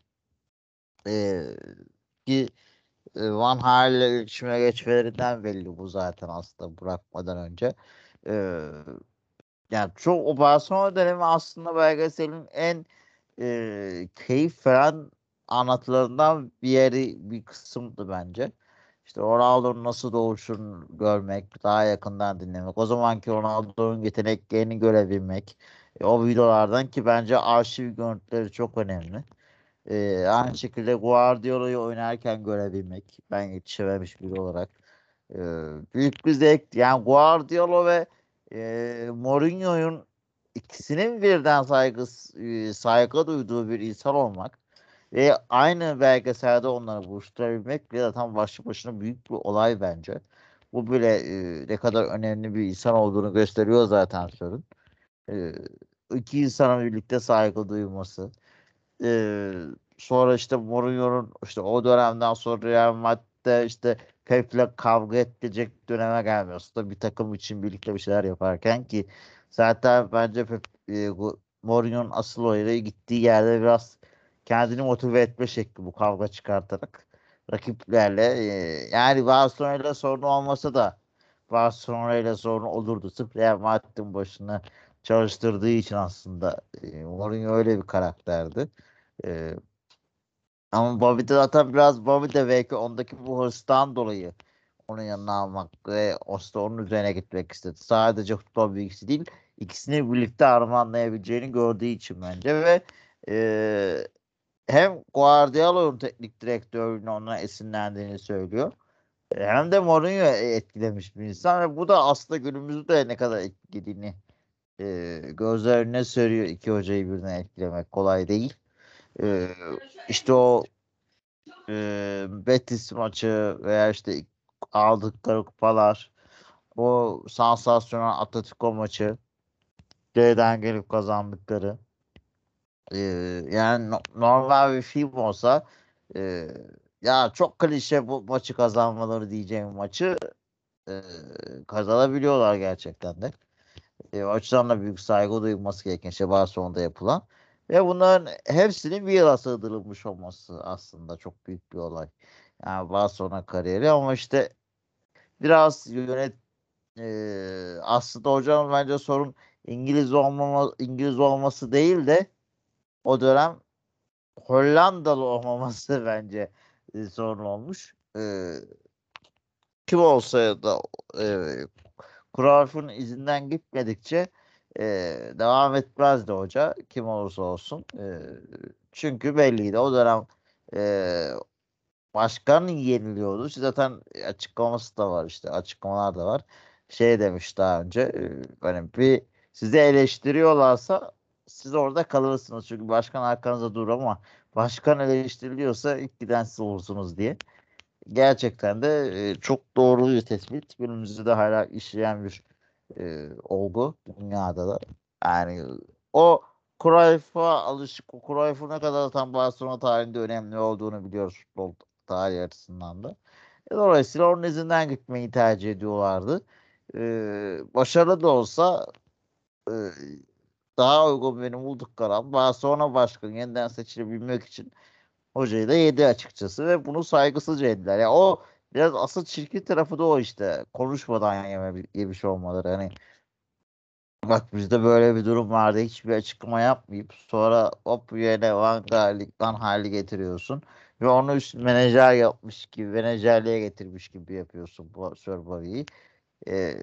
E, ki Van Gaal ile iletişime geçmelerinden belli bu zaten aslında bırakmadan önce. E, yani çok o Barcelona dönemi aslında belgeselin en keyif veren anlatılarından bir kısımdı bence. İşte Ronaldo'nun nasıl doğuşunu görmek, daha yakından dinlemek, o zamanki Ronaldo'nun yeteneklerini görebilmek, o videolardan ki bence arşiv görüntüleri çok önemli. Aynı şekilde Guardiola'yı oynarken görebilmek, ben yetişememiş biri olarak büyük bir zevk. Yani Guardiola ve Mourinho'nun ikisinin birden saygı duyduğu bir insan olmak ve aynı belgeselde onları buluşturabilmek bile zaten başlı başına büyük bir olay bence. Bu bile ne kadar önemli bir insan olduğunu gösteriyor zaten sorun. E, iki insanın birlikte saygı duyması. E, sonra işte Mourinho'nun işte o dönemden sonra Real Madrid'de işte Pep'le kavga edecek döneme gelmiyor. Aslında bir takım için birlikte bir şeyler yaparken ki zaten bence Mourinho'nun asıl olayı gittiği yerde biraz kendini motive etme şekli bu kavga çıkartarak rakiplerle yani Barcelona ile sorunu olmasa da Barcelona ile sorunu olurdu. Sırf Real Madrid'in başını çalıştırdığı için aslında Mourinho öyle bir karakterdi. E, ama Bobby de zaten biraz Bobby de belki ondaki bu hırstan dolayı onun yanına almak ve onun üzerine gitmek istedi. Sadece futbol bilgisi değil, ikisini birlikte harmanlayabileceğini gördüğü için bence ve e, hem Guardiola'nın teknik direktörlüğünün ondan esinlendiğini söylüyor. Hem de Mourinho etkilemiş bir insan ve bu da aslında günümüzde ne kadar etkilediğini gözler önüne seriyor. İki hocayı birden etkilemek kolay değil. E, işte o Betis maçı veya işte aldıkları kupalar, o sansasyonel Atletico maçı, C'den gelip kazandıkları. Ee, yani normal bir film olsa e, ya çok klişe bu maçı kazanmaları diyeceğim maçı e, kazanabiliyorlar gerçekten de. O açıdan da büyük saygı duyulması gereken şey Barcelona'da yapılan. Ve bunların hepsinin bir yıla sığdırılmış olması aslında çok büyük bir olay. Yani Barcelona kariyeri ama işte biraz aslında hocam bence sorun İngiliz olması değil de o dönem Hollandalı olmaması bence sorun olmuş. Kim olsa da e, Cruyff'un izinden gitmedikçe e, devam etmezdi hoca. Kim olursa olsun. Çünkü belliydi. O dönem e, başkan yeniliyordu. Zaten açıklaması da var işte. Açıklamalar da var. Şey demiş daha önce hani bir sizi eleştiriyorlarsa siz orada kalırsınız. Çünkü başkan arkanızda durur ama başkan eleştiriliyorsa ilk giden siz olursunuz diye. Gerçekten de çok doğru bir tespit. Günümüzde de hala işleyen bir olgu dünyada da. Yani o Cruyff'a alışık, o Cruyff'un ne kadar tam Barcelona tarihinde önemli olduğunu biliyoruz futbol tarihi açısından da. Dolayısıyla onun izinden gitmeyi tercih ediyorlardı. Başarılı da olsa e, daha uygun benim buldukları an Barcelona başkanı yeniden seçilebilmek için hocayı da yedi açıkçası ve bunu saygısızca yediler. Ya o biraz asıl çirkin tarafı da o işte. Konuşmadan yemiş olmaları. Hani bak bizde böyle bir durum vardı. Hiçbir açıklama yapmayıp sonra hop yerine Van Gaal'i getiriyorsun. Ve onu üst menajer yapmış gibi, menajerliğe getirmiş gibi yapıyorsun bu Sir Bobby'yi. Ee,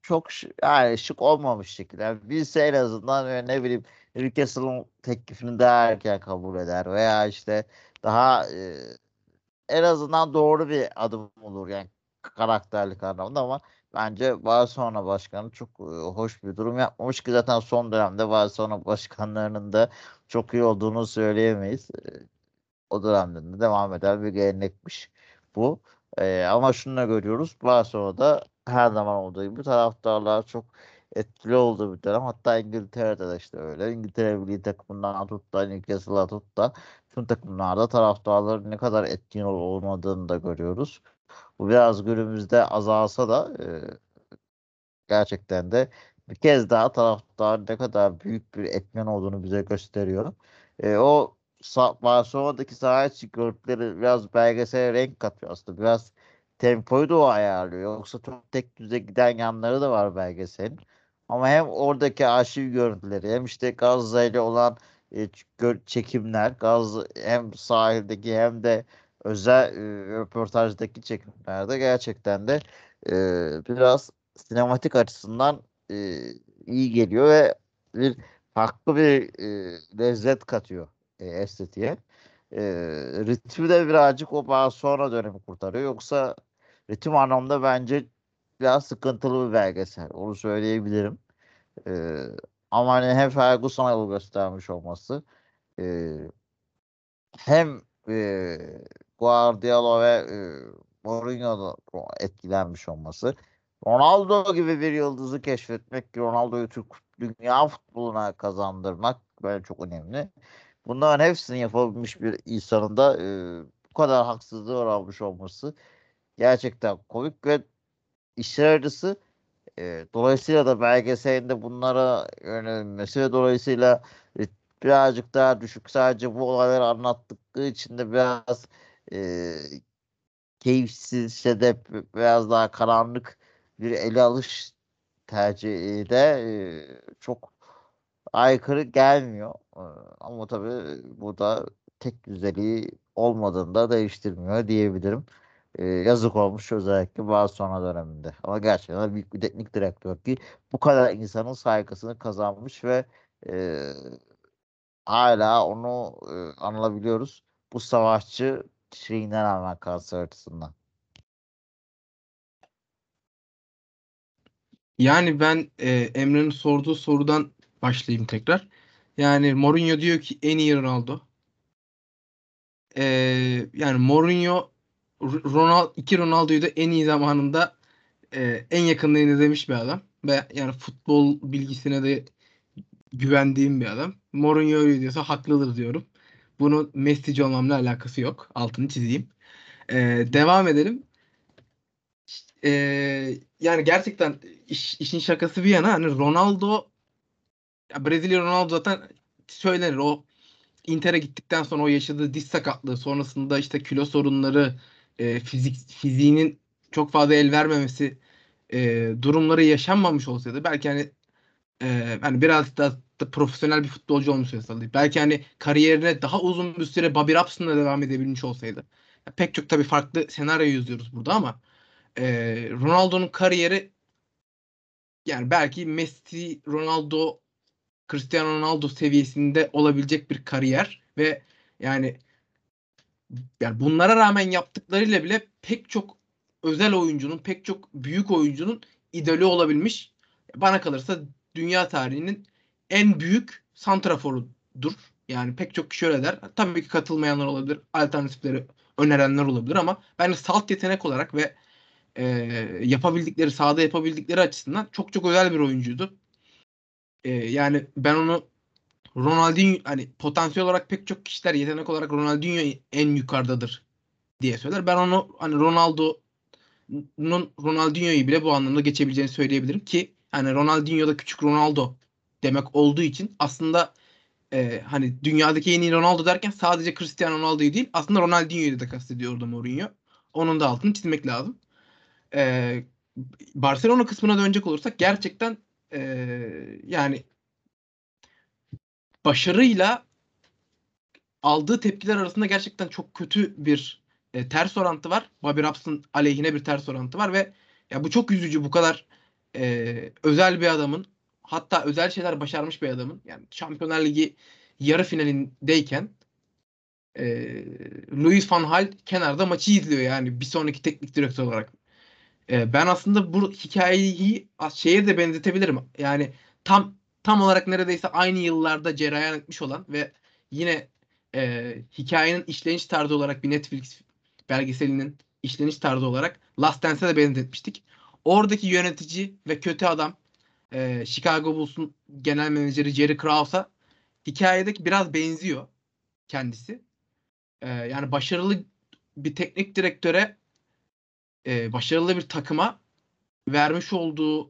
çok yani şık olmamış şekilde. Yani bilse en azından ne bileyim Newcastle'ın teklifini daha erken kabul eder veya işte daha en azından doğru bir adım olur yani karakterlik anlamda ama bence Barcelona başkanı çok hoş bir durum yapmamış ki zaten son dönemde Barcelona başkanlarının da çok iyi olduğunu söyleyemeyiz. O dönemde de devam eden bir gelenekmiş bu. Ama şunu da görüyoruz. Barcelona'da her zaman olduğu gibi taraftarlar çok etkili olduğu bir dönem. Hatta İngiltere'de de işte öyle. İngiltere milli takımından tut da Newcastle'a tut da tüm takımlarda taraftarların ne kadar etkin olmadığını da görüyoruz. Bu biraz günümüzde azalsa da gerçekten de bir kez daha taraftar ne kadar büyük bir etmen olduğunu bize gösteriyor. O Barcelona'daki saha içi görüntüleri biraz belgesele renk katıyor aslında. Biraz tempoyu da o ayarlıyor. Yoksa çok tek düze giden yanları da var belgeselin. Ama hem oradaki arşiv görüntüleri hem işte Gazze ile olan çekimler, hem sahildeki hem de özel röportajdaki çekimlerde gerçekten de biraz sinematik açısından iyi geliyor ve farklı bir lezzet katıyor estetiğe. E, Ritmi de birazcık o sonra dönemi kurtarıyor. Yoksa ritim anlamda bence biraz sıkıntılı bir belgesel. Onu söyleyebilirim. E, Ama hani hem Ferguson'a yol göstermiş olması hem Guardiola ve Mourinho'da etkilenmiş olması. Ronaldo gibi bir yıldızı keşfetmek, Ronaldo'yu Türk dünya futboluna kazandırmak böyle çok önemli. Bunların hepsini yapabilmiş bir insanın da bu kadar haksızlığa uğramış olması gerçekten komik ve işler acısı. Dolayısıyla da belgeselinde bunlara yönelmesi ve dolayısıyla e, birazcık daha düşük sadece bu olayları anlattıkları için de biraz e, keyifsiz işte de biraz daha karanlık bir ele alış tercihi de çok aykırı gelmiyor. Ama tabii bu da tek düzeliği olmadığını da değiştirmiyor diyebilirim. Yazık olmuş özellikle Barcelona döneminde. Ama gerçekten büyük bir teknik direktör ki bu kadar insanın saygısını kazanmış ve e, hala onu anılabiliyoruz. Bu savaşçı şeyinden rağmen kanser açısından. Yani ben Emre'nin sorduğu sorudan başlayayım tekrar. Yani Mourinho diyor ki en iyi Ronaldo. E, Yani Mourinho iki Ronaldo'yu da en iyi zamanında en yakından izlemiş bir adam. Ve yani futbol bilgisine de güvendiğim bir adam. Mourinho öyle diyorsa haklıdır diyorum. Bunun Messi'ci olmamla alakası yok. Altını çizeyim. Devam edelim. Yani gerçekten işin şakası bir yana hani Ronaldo, ya Brezilya Ronaldo zaten söylenir. O Inter'e gittikten sonra o yaşadığı diz sakatlığı sonrasında işte kilo sorunları, fiziğinin çok fazla el vermemesi durumları yaşanmamış olsaydı belki hani biraz da profesyonel bir futbolcu olmuş olsaydı. Belki hani kariyerine daha uzun bir süre Bobby Robson'la devam edebilmiş olsaydı. Ya pek çok tabii farklı senaryo yazıyoruz burada ama Ronaldo'nun kariyeri yani belki Messi, Ronaldo, Cristiano Ronaldo seviyesinde olabilecek bir kariyer ve yani bunlara rağmen yaptıklarıyla bile pek çok özel oyuncunun, pek çok büyük oyuncunun idolü olabilmiş. Bana kalırsa dünya tarihinin en büyük santraforudur. Yani pek çok kişi öyle der. Tabii ki katılmayanlar olabilir, alternatifleri önerenler olabilir ama bence salt yetenek olarak ve e, yapabildikleri, sahada yapabildikleri açısından çok çok özel bir oyuncuydu. Yani ben onu Ronaldinho hani potansiyel olarak pek çok kişiler yetenek olarak Ronaldinho en yukarıdadır diye söyler. Ben onu hani Ronaldinho'yu bile bu anlamda geçebileceğini söyleyebilirim ki hani Ronaldinho da küçük Ronaldo demek olduğu için aslında hani dünyadaki en iyi Ronaldo derken sadece Cristiano Ronaldo'yu değil aslında Ronaldinho'yu da kastediyor orada Mourinho. Onun da altını çizmek lazım. E, Barcelona kısmına dönecek olursak gerçekten yani başarıyla aldığı tepkiler arasında gerçekten çok kötü bir ters orantı var. Bobby Robson aleyhine bir ters orantı var ve ya bu çok üzücü bu kadar özel bir adamın, hatta özel şeyler başarmış bir adamın, yani Şampiyonlar Ligi yarı finalindeyken Louis van Gaal kenarda maçı izliyor yani bir sonraki teknik direktör olarak. Ben aslında bu hikayeyi şeye de benzetebilirim. Yani tam olarak neredeyse aynı yıllarda cereyan etmiş olan ve yine hikayenin işleniş tarzı olarak bir Netflix belgeselinin işleniş tarzı olarak Last Dance'e de benzetmiştik. Oradaki yönetici ve kötü adam Chicago Bulls'un genel menajeri Jerry Krause'a hikayedeki biraz benziyor kendisi. Yani başarılı bir teknik direktöre, başarılı bir takıma vermiş olduğu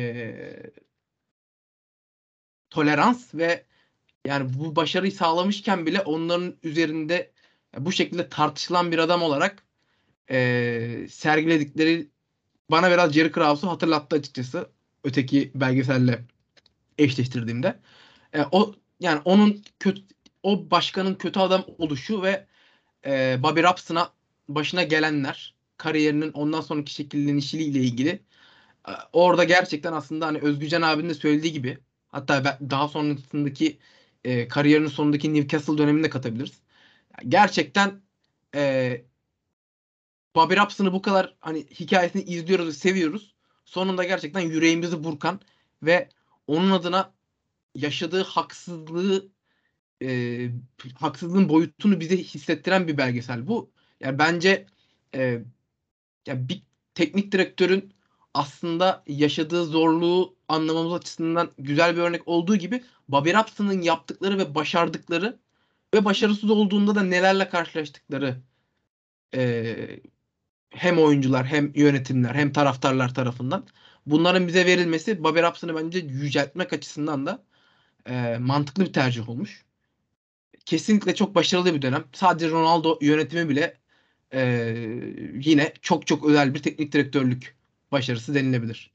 tolerans ve yani bu başarıyı sağlamışken bile onların üzerinde bu şekilde tartışılan bir adam olarak sergiledikleri bana biraz Jerry Krause'u hatırlattı açıkçası. Öteki belgeselle eşleştirdiğimde. O yani o başkanın kötü adam oluşu ve Bobby Robson'a başına gelenler, kariyerinin ondan sonraki şekillenişiyle ilgili orada gerçekten aslında hani Özgücan abinin de söylediği gibi, hatta daha sonrasındaki kariyerinin sonundaki Newcastle dönemini de katabiliriz. Gerçekten e, Bobby Robson'ı bu kadar hani hikayesini izliyoruz ve seviyoruz. Sonunda gerçekten yüreğimizi burkan ve onun adına yaşadığı e, haksızlığın boyutunu bize hissettiren bir belgesel bu. Yani bence e, ya bir teknik direktörün aslında yaşadığı zorluğu anlamamız açısından güzel bir örnek olduğu gibi Bobby Robson'ın yaptıkları ve başardıkları ve başarısız olduğunda da nelerle karşılaştıkları e, hem oyuncular hem yönetimler hem taraftarlar tarafından bunların bize verilmesi Bobby Robson'ı bence yüceltmek açısından da mantıklı bir tercih olmuş. Kesinlikle çok başarılı bir dönem. Sadece Ronaldo yönetimi bile yine çok çok özel bir teknik direktörlük başarısı denilebilir.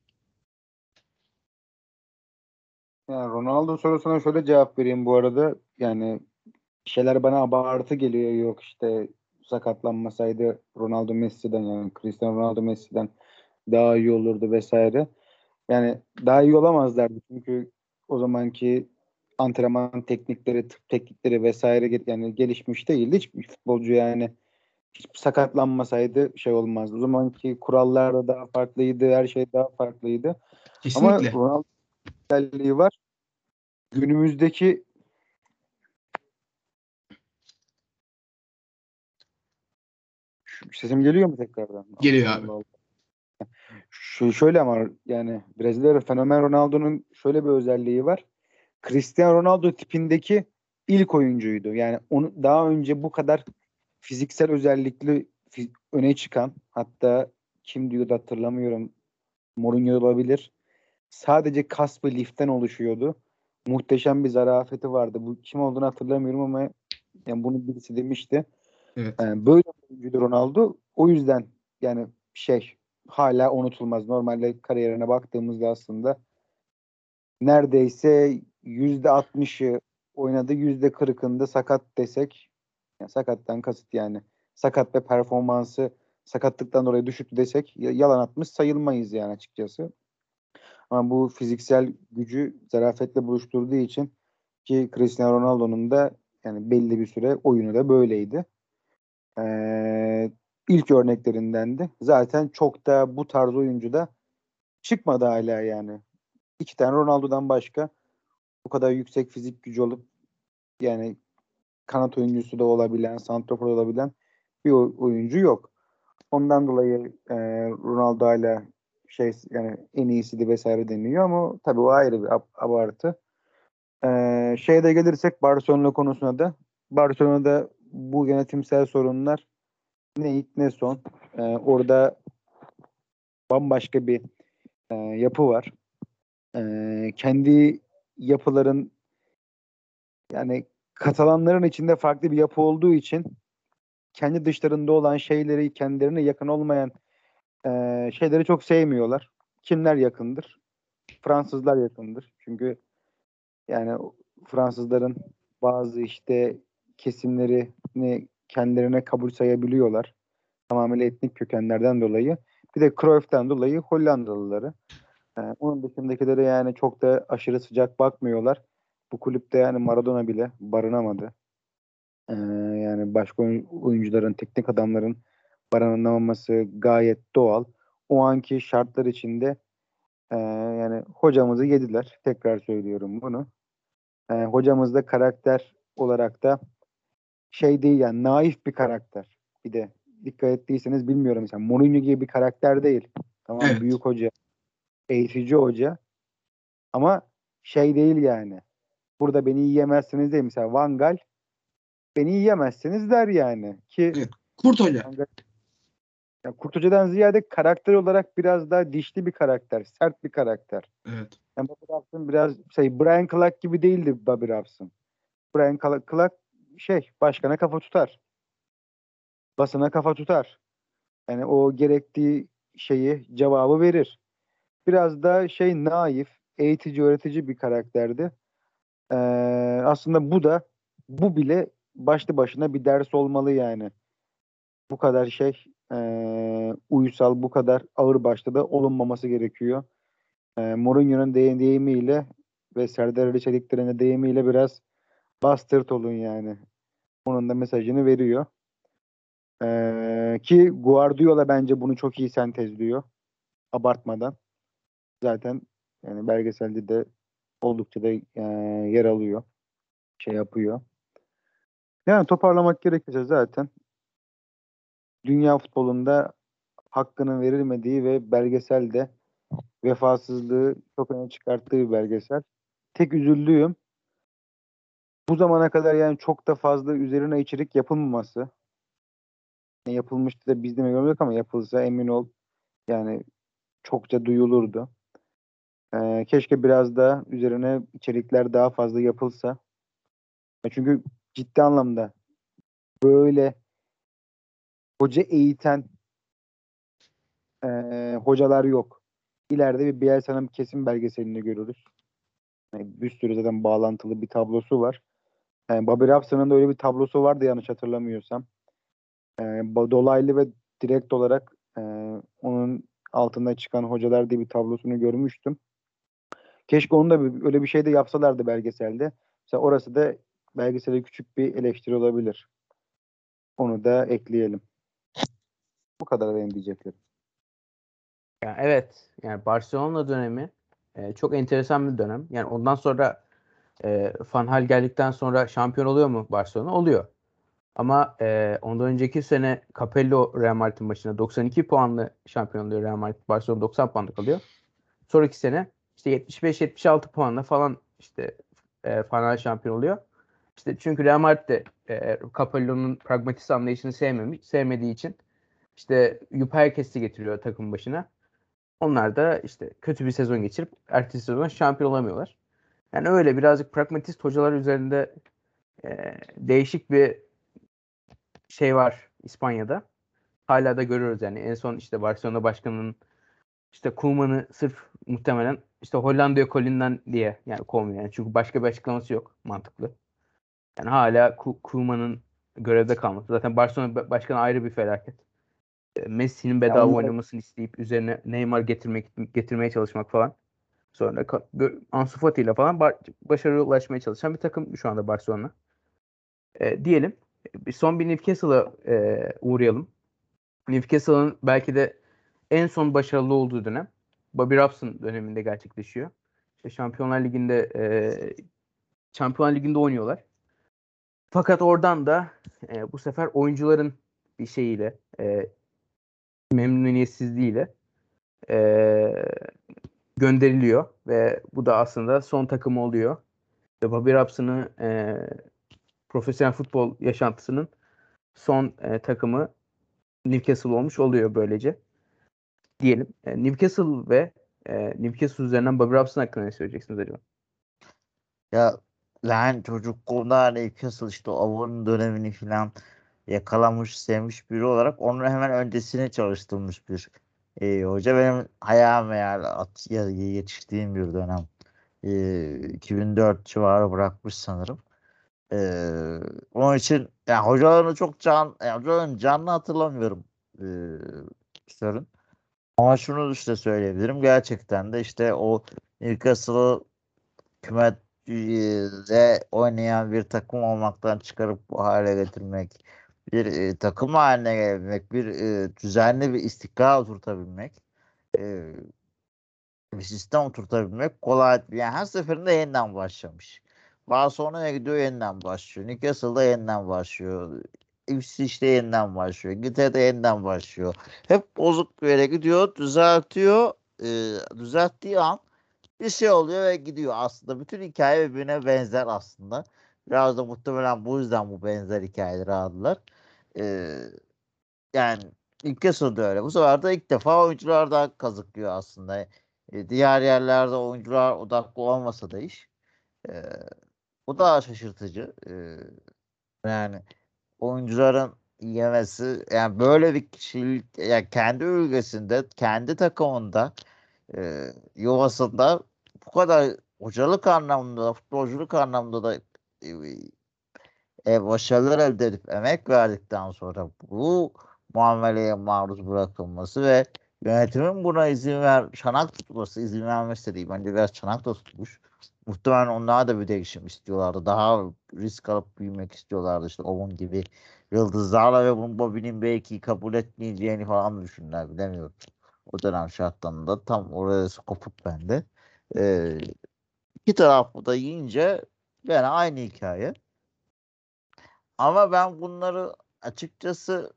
Yani Ronaldo sorusuna şöyle cevap vereyim bu arada. Yani bir şeyler bana abartı geliyor. Yok işte sakatlanmasaydı Ronaldo Messi'den, yani Cristiano Ronaldo Messi'den daha iyi olurdu vesaire. Yani daha iyi olamazlardı çünkü o zamanki antrenman teknikleri, tıp teknikleri vesaire yani gelişmiş değildi. Hiçbir futbolcu yani hiç sakatlanmasaydı şey olmazdı. O zamanki kurallar da daha farklıydı, her şey daha farklıydı. Ama Kesinlikle. Ronaldo özelliği var. Günümüzdeki sesim geliyor mu tekrardan? Geliyor Allah abi. Allah. Şöyle ama yani Brezilya fenomen Ronaldo'nun şöyle bir özelliği var. Cristiano Ronaldo tipindeki ilk oyuncuydu. Yani onu daha önce bu kadar fiziksel özellikli öne çıkan, hatta kim diyordu hatırlamıyorum, Mourinho olabilir. Sadece kas ve liften oluşuyordu. Muhteşem bir zarafeti vardı. Bu kim olduğunu hatırlamıyorum ama yani bunu birisi demişti. Evet. Yani böyle bir oyuncuydu Ronaldo. O yüzden yani şey hala unutulmaz. Normalde kariyerine baktığımızda aslında neredeyse %60'ı oynadı, %40'ında sakat desek, yani sakattan kasıt yani sakat ve performansı sakatlıktan dolayı düşüktü desek yalan atmış sayılmayız yani açıkçası. Ama bu fiziksel gücü zarafetle buluşturduğu için, ki Cristiano Ronaldo'nun da yani belli bir süre oyunu da böyleydi. İlk örneklerindendi. Zaten çok da bu tarz oyuncu da çıkmadı hala yani. İki tane Ronaldo'dan başka bu kadar yüksek fizik gücü olup yani kanat oyuncusu da olabilen, santrafor olabilen bir oyuncu yok. Ondan dolayı Ronaldo hala şey yani en iyisiydi vesaire deniliyor ama tabii o ayrı bir abartı. Şeyde gelirsek Barcelona konusuna da, Barcelona'da bu yönetimsel sorunlar ne ilk ne son. Orada bambaşka bir yapı var. Kendi yapıların, yani Katalanların içinde farklı bir yapı olduğu için kendi dışlarında olan şeyleri, kendilerine yakın olmayan şeyleri çok sevmiyorlar. Kimler yakındır? Fransızlar yakındır. Çünkü yani Fransızların bazı işte kesimlerini kendilerine kabul sayabiliyorlar. Tamamen etnik kökenlerden dolayı. Bir de Cruyff'tan dolayı Hollandalıları. Onun dışındakilere yani çok da aşırı sıcak bakmıyorlar. Bu kulüpte yani Maradona bile barınamadı. Yani başka oyuncuların, teknik adamların barınamaması gayet doğal. O anki şartlar içinde yani hocamızı yediler. Tekrar söylüyorum bunu. Hocamız da karakter olarak da şey değil yani naif bir karakter. Bir de dikkat ettiyseniz bilmiyorum mesela Mourinho gibi bir karakter değil. Tamam Evet. büyük hoca, eğitici hoca ama şey değil yani. Burada beni yiyemezsiniz değil. Mesela Van Gaal beni yiyemezsiniz der yani. Ki Evet. Kurt Hoca. Van Gaal, yani Kurt Hoca'dan ziyade karakter olarak biraz daha dişli bir karakter. Sert bir karakter. Evet. Yani Bobby Robson biraz Brian Clark gibi değildi Bobby Robson. Brian Clark başkana kafa tutar. Basına kafa tutar. Yani o gerektiği cevabı verir. Biraz da naif, eğitici, öğretici bir karakterdi. Ee, Aslında bu bile başlı başına bir ders olmalı yani. Bu kadar uysal, bu kadar ağırbaşlı da olunmaması gerekiyor. Mourinho'nun deyimiyle ve Serdar Ali Çelikler'in de deyimiyle biraz bastard olun yani. Onun da mesajını veriyor. Ki Guardiola bence bunu çok iyi sentezliyor. Abartmadan. Zaten yani belgeselde de oldukça da yer alıyor. Yapıyor. Yani toparlamak gerekirse zaten dünya futbolunda hakkının verilmediği ve belgeselde vefasızlığı çok öne çıkarttığı bir belgesel. Tek üzüldüğüm bu zamana kadar yani çok da fazla üzerine içerik yapılmaması. Yapılmıştı da biz de mi görmedik ama yapılsa emin ol yani çokça duyulurdu. Keşke biraz da üzerine içerikler daha fazla yapılsa. Çünkü ciddi anlamda böyle hoca eğiten hocalar yok. İleride bir Bielsa'nın kesin belgeselini görürüz. Yani bir sürü zaten bağlantılı bir tablosu var. Bobby Robson'ın da öyle bir tablosu vardı yanlış hatırlamıyorsam. Dolaylı ve direkt olarak onun altında çıkan hocalar diye bir tablosunu görmüştüm. Keşke onu da öyle bir şey de yapsalardı belgeselde. Mesela orası da belgesele küçük bir eleştiri olabilir. Onu da ekleyelim. Bu kadar benim diyeceklerim. Yani evet, yani Barcelona dönemi çok enteresan bir dönem. Yani ondan sonra Van Gaal geldikten sonra şampiyon oluyor mu Barcelona? Oluyor. Ama ondan önceki sene Capello Real Madrid'in başına 92 puanlı şampiyon oluyor Real Madrid. Barcelona 90 puanla kalıyor. Sonraki sene işte 75-76 puanla falan işte Van Gaal şampiyon oluyor. İşte çünkü Real Madrid de Capello'nun pragmatist anlayışını sevmediği için işte Jupp Heynckes'i getiriyor takım başına. Onlar da işte kötü bir sezon geçirip ertesi sezon şampiyon olamıyorlar. Yani öyle birazcık pragmatist hocalar üzerinde değişik bir şey var İspanya'da. Hala da görüyoruz yani. En son işte Barcelona başkanının işte Koeman'ı sırf muhtemelen işte Hollanda'ya Colin'den diye yani kovmuyor. Yani çünkü başka bir açıklaması yok mantıklı. Yani hala Koeman'ın görevde kalması. Zaten Barcelona başkanı ayrı bir felaket. Messi'nin Ya bedava onlar oynamasını isteyip üzerine Neymar getirmeye çalışmak falan. Sonra Ansu Fati ile falan başarıya ulaşmaya çalışan bir takım şu anda Barcelona. Diyelim. Son bir Newcastle'a uğrayalım. Newcastle'ın belki de en son başarılı olduğu dönem Bobby Robson döneminde gerçekleşiyor. İşte Şampiyonlar Ligi'nde oynuyorlar. Fakat oradan da bu sefer oyuncuların bir şeyiyle memnuniyetsizliğiyle e, gönderiliyor ve bu da aslında son takımı oluyor. Ve Bobby Robson'ı profesyonel futbol yaşantısının son takımı Newcastle olmuş oluyor böylece. Diyelim. Newcastle ve Newcastle üzerinden Bobby Robson hakkında ne söyleyeceksiniz acaba? Ya lan çocukluğumda Newcastle işte o Avon dönemini falan yakalamış, sevmiş biri olarak onun hemen öncesine çalıştırmış bir hoca. Benim hayalim yani yetiştiğim bir dönem. 2004 civarı bırakmış sanırım. E, Onun için yani hocalarını çok hocaların canlı hatırlamıyorum. Sorun. Ama şunu işte söyleyebilirim. Gerçekten de işte o Newcastle'ı kümede oynayan bir takım olmaktan çıkarıp bu hale getirmek, bir takım haline gelebilmek, bir düzenli bir istikrar oturtabilmek, e, bir sistem oturtabilmek kolay değil. Yani her seferinde yeniden başlamış. Barcelona'ya gidiyor, yeniden başlıyor. Newcastle'da yeniden başlıyor. Ipswich'te yeniden başlıyor. İngiltere'de yeniden başlıyor. Hep bozuk bir yere gidiyor, düzeltiyor. Düzelttiği an bir şey oluyor ve gidiyor aslında. Bütün hikaye birbirine benzer aslında. Biraz da muhtemelen bu yüzden bu benzer hikayeleri aldılar. Ee, Yani Newcastle'da öyle. Bu sefer de ilk defa oyunculardan kazıklıyor aslında. Diğer yerlerde oyuncular odaklı olmasa da iş. Ee, Bu da şaşırtıcı. Yani oyuncuların yemesi, yani böyle bir kişilik, yani kendi ülkesinde, kendi takımında, yuvasında bu kadar hocalık anlamında, futbolculuk anlamda da başarılar elde edip emek verdikten sonra bu muameleye maruz bırakılması ve yönetimin buna çanak tutması, izin vermesi de değil. Bence biraz çanak da tutmuş. Muhtemelen onlar da bir değişim istiyorlardı. Daha risk alıp büyümek istiyorlardı. İşte Owen gibi yıldızlarla ve bunu Bobby'nin belki kabul etmeyeceğini falan düşündüler. Bilemiyorum. O dönem şartlarında tam orası kopuk bende. Ee, iki tarafı da yiyince gene aynı hikaye. Ama ben bunları açıkçası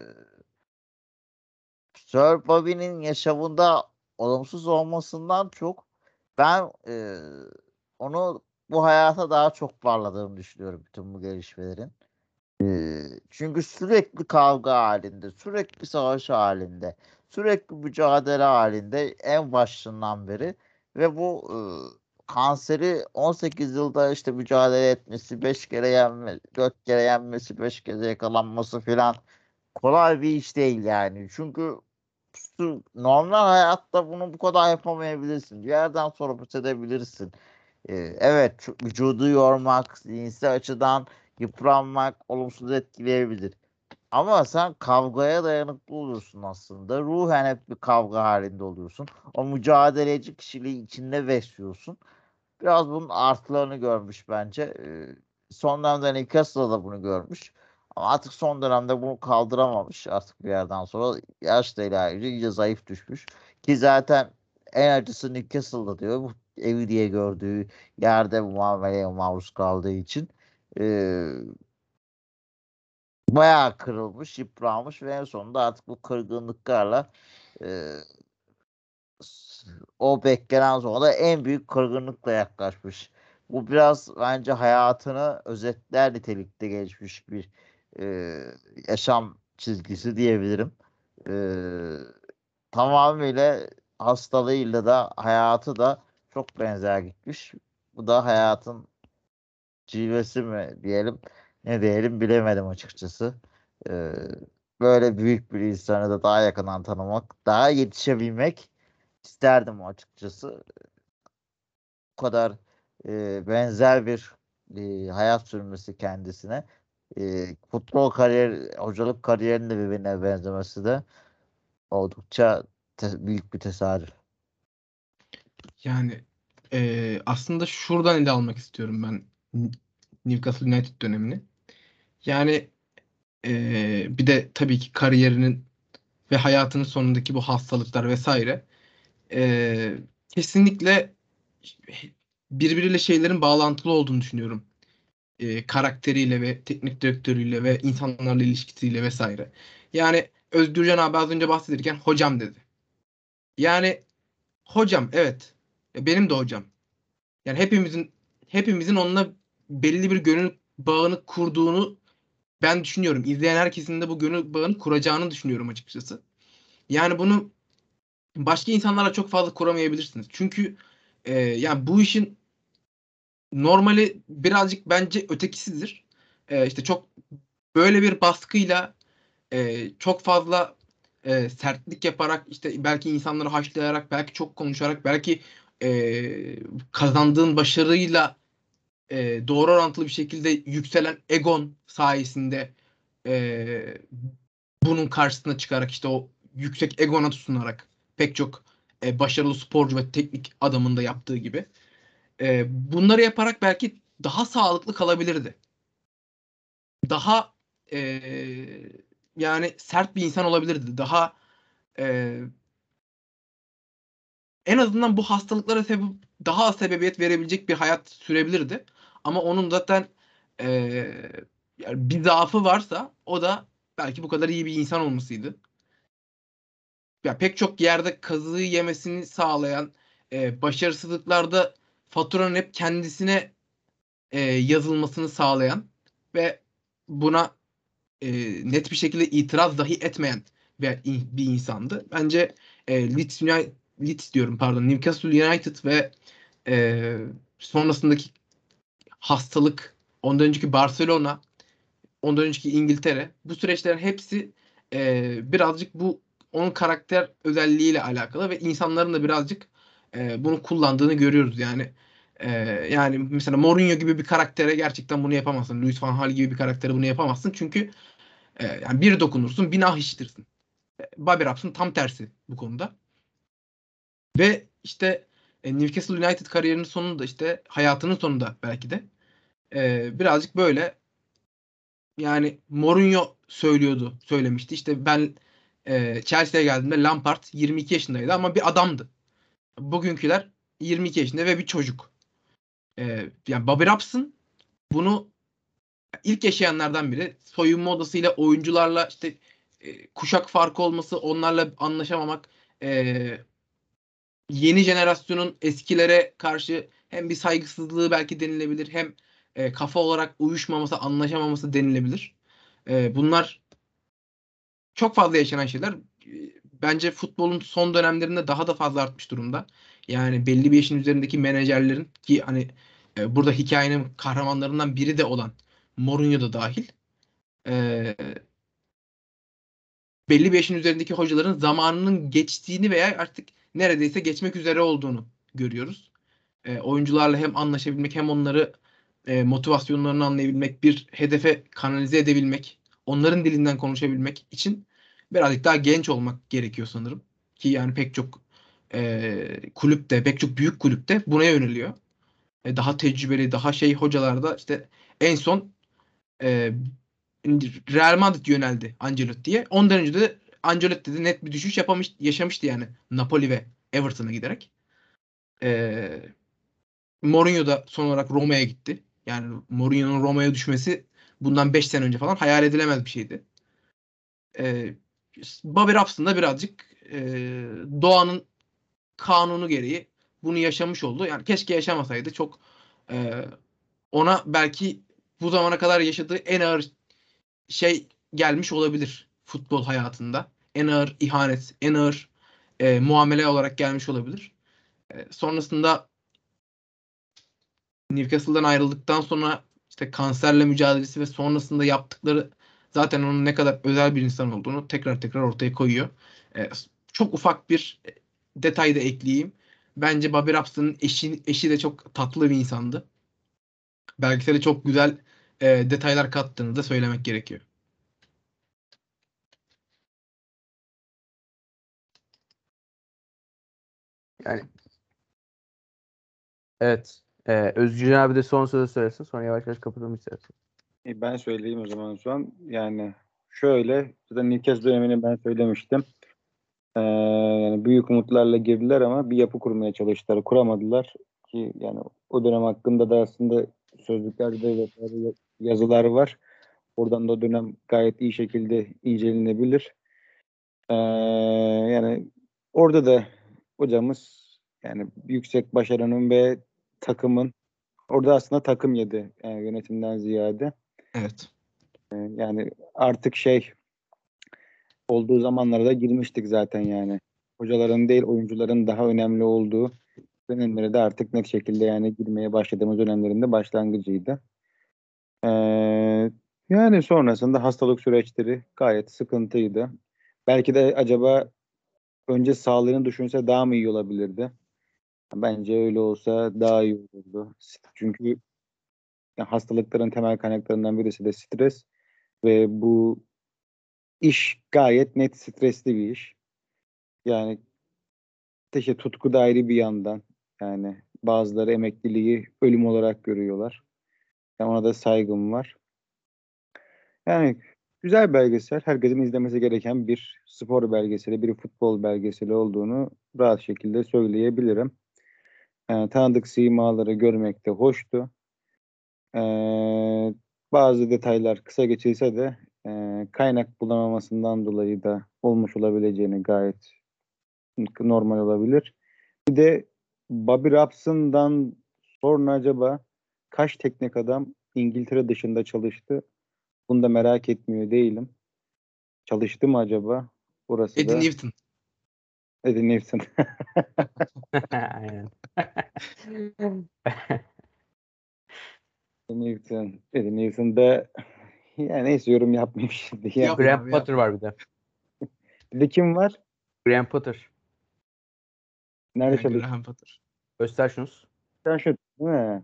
Sir Bobby'nin yaşamında olumsuz olmasından çok ben onu bu hayata daha çok parladığını düşünüyorum bütün bu gelişmelerin. Çünkü sürekli kavga halinde, sürekli savaş halinde, sürekli mücadele halinde en başından beri ve bu kanseri 18 yılda işte mücadele etmesi, 5 kere yenme, 4 kere yenmesi, 5 kere yakalanması filan kolay bir iş değil yani. Çünkü normal hayatta bunu bu kadar yapamayabilirsin. Bir yerden sonra pes edebilirsin. Evet, vücudu yormak, zihinsel açıdan yıpranmak olumsuz etkileyebilir. Ama sen kavgaya dayanıklı olursun aslında. Ruhen hep bir kavga halinde oluyorsun. O mücadeleci kişiliği içinde besliyorsun. Biraz bunun artılarını görmüş bence. Son dönemde Newcastle'da da bunu görmüş. Ama artık son dönemde bunu kaldıramamış. Artık bir yerden sonra yaş da iyice zayıf düşmüş. Ki zaten en acısı Newcastle'da diyor. Bu evi diye gördüğü yerde bu muameleye maruz kaldığı için. Ee, Bayağı kırılmış, yıpranmış ve en sonunda artık bu kırgınlıklarla e, o beklenen sonra da en büyük kırgınlıkla yaklaşmış. Bu biraz bence hayatını özetler nitelikte geçmiş bir e, yaşam çizgisi diyebilirim. E, Tamamıyla hastalığıyla da hayatı da çok benzer gitmiş. Bu da hayatın cilvesi mi diyelim, ne diyelim bilemedim açıkçası. E, Böyle büyük bir insanı da daha yakından tanımak, daha yetişebilmek isterdim açıkçası. Bu kadar benzer bir hayat sürmesi kendisine. Futbol kariyer, hocalık kariyerinin de birbirine benzemesi de oldukça büyük bir tesadüf. Yani aslında şuradan ele almak istiyorum ben Newcastle United dönemini. Yani bir de tabii ki kariyerinin ve hayatının sonundaki bu hastalıklar vesaire kesinlikle birbiriyle şeylerin bağlantılı olduğunu düşünüyorum. Karakteriyle ve teknik direktörüyle ve insanlarla ilişkisiyle vesaire. Yani Özgürcan abi az önce bahsederken hocam dedi. Yani hocam evet. Benim de hocam. Yani hepimizin onunla belli bir gönül bağını kurduğunu ben düşünüyorum. İzleyen herkesin de bu gönül bağını kuracağını düşünüyorum açıkçası. Yani bunu başka insanlarla çok fazla kuramayabilirsiniz. Çünkü yani bu işin normali birazcık bence ötekisidir. İşte çok böyle bir baskıyla çok fazla sertlik yaparak işte belki insanları haşlayarak belki çok konuşarak belki kazandığın başarıyla doğru orantılı bir şekilde yükselen egon sayesinde bunun karşısına çıkarak işte o yüksek egona tutunarak pek çok başarılı sporcu ve teknik adamın da yaptığı gibi. Bunları yaparak belki daha sağlıklı kalabilirdi. Daha yani sert bir insan olabilirdi. Daha en azından bu hastalıklara daha az sebebiyet verebilecek bir hayat sürebilirdi. Ama onun zaten yani bir zaafı varsa o da belki bu kadar iyi bir insan olmasıydı. Ya pek çok yerde kazığı yemesini sağlayan, başarısızlıklarda faturanın hep kendisine yazılmasını sağlayan ve buna net bir şekilde itiraz dahi etmeyen bir insandı. Bence Leeds diyorum pardon, Newcastle United ve sonrasındaki hastalık, ondan önceki Barcelona, ondan önceki İngiltere, bu süreçlerin hepsi birazcık bu onun karakter özelliğiyle alakalı ve insanların da birazcık bunu kullandığını görüyoruz yani. Yani mesela Mourinho gibi bir karaktere gerçekten bunu yapamazsın. Louis van Gaal gibi bir karaktere bunu yapamazsın. Çünkü yani bir dokunursun, bir nah işitirsin. Bobby Robson tam tersi bu konuda. Ve işte Newcastle United kariyerinin sonunda, işte hayatının sonunda belki de birazcık böyle, yani Mourinho söylemişti. İşte ben Chelsea'ye geldiğimde Lampard 22 yaşındaydı ama bir adamdı. Bugünküler 22 yaşında ve bir çocuk. Yani Bobby Robson bunu ilk yaşayanlardan biri. Soyunma odasıyla, oyuncularla işte kuşak farkı olması, onlarla anlaşamamak, yeni jenerasyonun eskilere karşı hem bir saygısızlığı belki denilebilir, hem kafa olarak uyuşmaması, anlaşamaması denilebilir. Bunlar çok fazla yaşanan şeyler. Bence futbolun son dönemlerinde daha da fazla artmış durumda. Yani belli bir yaşın üzerindeki menajerlerin, ki hani burada hikayenin kahramanlarından biri de olan Mourinho da dahil, e, belli bir yaşın üzerindeki hocaların zamanının geçtiğini veya artık neredeyse geçmek üzere olduğunu görüyoruz. Oyuncularla hem anlaşabilmek, hem onları motivasyonlarını anlayabilmek, bir hedefe kanalize edebilmek, onların dilinden konuşabilmek için birazcık daha genç olmak gerekiyor sanırım. Ki yani pek çok kulüpte, pek çok büyük kulüpte buna yöneliyor. Daha tecrübeli, daha hocalar da işte en son e, Real Madrid yöneldi Ancelotti'ye. Ondan önce de Ancelotti de net bir düşüş yaşamıştı yani Napoli ve Everton'a giderek. E, Mourinho da son olarak Roma'ya gitti. Yani Mourinho'nun Roma'ya düşmesi bundan 5 sene önce falan hayal edilemez bir şeydi. Ee, Bobby Robson da birazcık doğanın kanunu gereği bunu yaşamış oldu. Yani keşke yaşamasaydı. Çok e, ona belki bu zamana kadar yaşadığı en ağır şey gelmiş olabilir futbol hayatında. En ağır ihanet, en ağır muamele olarak gelmiş olabilir. Sonrasında Newcastle'dan ayrıldıktan sonra işte kanserle mücadelesi ve sonrasında yaptıkları zaten onun ne kadar özel bir insan olduğunu tekrar tekrar ortaya koyuyor. Ee, Çok ufak bir detay da ekleyeyim. Bence Bobby Robson'ın eşi de çok tatlı bir insandı. Belgesele çok güzel detaylar kattığını da söylemek gerekiyor. Yani evet. Özgür abi de son sözü söylesin. Sonra yavaş yavaş kapatalım istersen. Ben söyleyeyim o zaman şu an. Yani şöyle, zaten Newcastle dönemini ben söylemiştim. Yani büyük umutlarla girdiler ama bir yapı kurmaya çalıştılar. Kuramadılar ki yani o dönem hakkında da aslında sözlüklerde vesaire yazılar var. Oradan da o dönem gayet iyi şekilde incelenebilir. Yani orada da hocamız yani yüksek başarının ve takımın orada aslında takım yedi yani yönetimden ziyade. Evet. Yani artık olduğu zamanlara da girmiştik zaten yani. Hocaların değil oyuncuların daha önemli olduğu dönemlere de artık net şekilde yani girmeye başladığımız dönemlerinde başlangıcıydı. Yani sonrasında hastalık süreçleri gayet sıkıntıydı. Belki de acaba önce sağlığını düşünse daha mı iyi olabilirdi? Bence öyle olsa daha iyi olurdu. Çünkü hastalıkların temel kaynaklarından birisi de stres ve bu iş gayet net stresli bir iş. Yani İşte tutku da ayrı bir yandan. Yani bazıları emekliliği ölüm olarak görüyorlar. Yani ona da saygım var. Yani güzel belgesel. Herkesin izlemesi gereken bir spor belgeseli, bir futbol belgeseli olduğunu rahat şekilde söyleyebilirim. Tanıdık simaları görmek de hoştu. Bazı detaylar kısa geçilse de kaynak bulamamasından dolayı da olmuş olabileceğini gayet normal olabilir. Bir de Bobby Robson'dan sonra acaba kaç teknik adam İngiltere dışında çalıştı? Bunu da merak etmiyor değilim. Çalıştı mı acaba? Burası Eddie da Newton. Eddie Newton. Aynen. Eddie Newton da yani neyse yorum yapmayayım şimdi. Yapma Graham abi, Potter yapma. var bir de. Bir de kim var? Graham Potter. Nerede Yani çalışıyor? Graham Potter. Sen şu değil mi?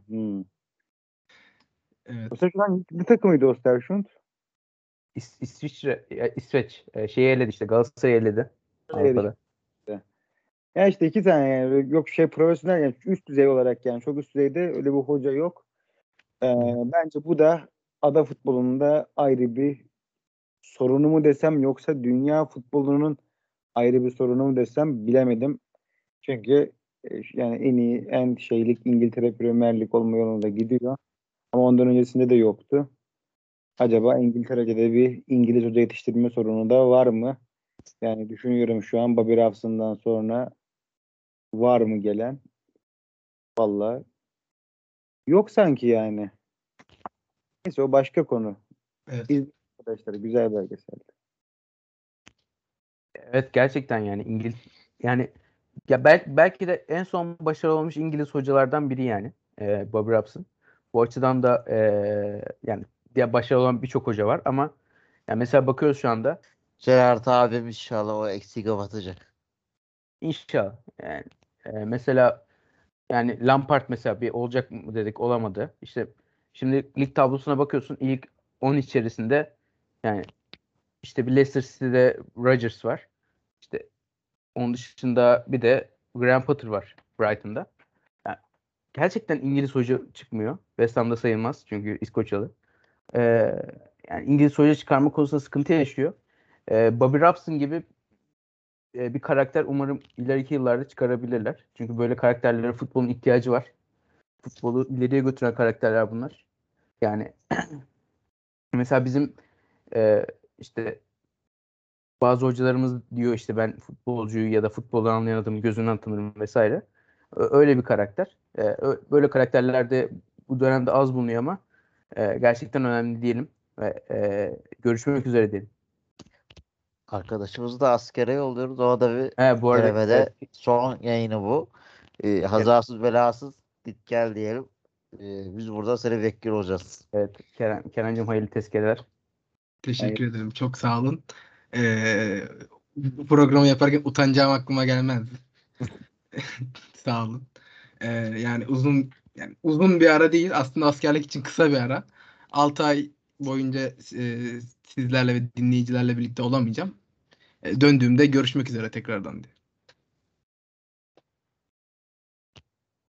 Evet. Östersun'dan bir takımıydı Östersund. İsviçre, İsveç şeyi eledi işte Galatasaray'ı eledi Avrupa'da. Ya işte iki tane yani yok profesyonel yani üst düzey olarak yani çok üst düzeyde öyle bir hoca yok. Bence bu da ada futbolunda ayrı bir sorunu mu desem yoksa dünya futbolunun ayrı bir sorunu mu desem bilemedim. Çünkü yani en iyi en şeylik İngiltere Premier Lig olma yolunda gidiyor. Ama ondan öncesinde de yoktu. Acaba İngiltere'de de bir İngiliz hoca yetiştirme sorunu da var mı? Yani düşünüyorum şu an Bobby Robson'dan sonra var mı gelen? Vallahi yok sanki yani. Neyse o başka konu. Evet. Biz arkadaşlar güzel belgesel. Evet gerçekten yani yani ya belki de en son başarılı olmuş İngiliz hocalardan biri yani Bobby Robson. Bu açıdan da yani ya başarılı olan birçok hoca var ama yani mesela bakıyoruz şu anda Gerard abim inşallah o eksiği kapatacak. inşallah yani mesela yani Lampard mesela bir olacak mı dedik olamadı. İşte şimdi lig tablosuna bakıyorsun ilk 10 içerisinde yani işte bir Leicester City'de Rodgers var. İşte onun dışında bir de Graham Potter var Brighton'da. Yani gerçekten İngiliz hoca çıkmıyor. West Ham'da sayılmaz çünkü İskoçyalı. Ee, yani İngiliz hoca çıkarma konusunda sıkıntı yaşıyor. Bobby Robson gibi bir karakter umarım ileriki yıllarda çıkarabilirler. Çünkü böyle karakterlere futbolun ihtiyacı var. Futbolu ileriye götüren karakterler bunlar. Yani mesela bizim işte bazı hocalarımız diyor işte ben futbolcuyu ya da futbolu anlayan adamı gözünden tanırım vesaire. Öyle bir karakter. Böyle karakterler de bu dönemde az bulunuyor ama gerçekten önemli diyelim. Ve görüşmek üzere diyelim. Arkadaşımızı da askere yolluyoruz. O da bir Bu arada denemede son yayını bu. Hazasız belasız git gel diyelim. Biz burada seni bekliyor olacağız. evet, Kenancığım hayırlı tezkereler. Teşekkür ederim. Çok sağ olun. Bu programı yaparken utanacağım aklıma gelmezdi. Sağ olun. Yani uzun bir ara değil. Aslında askerlik için kısa bir ara. 6 ay boyunca sizlerle ve dinleyicilerle birlikte olamayacağım. Döndüğümde görüşmek üzere tekrardan diye.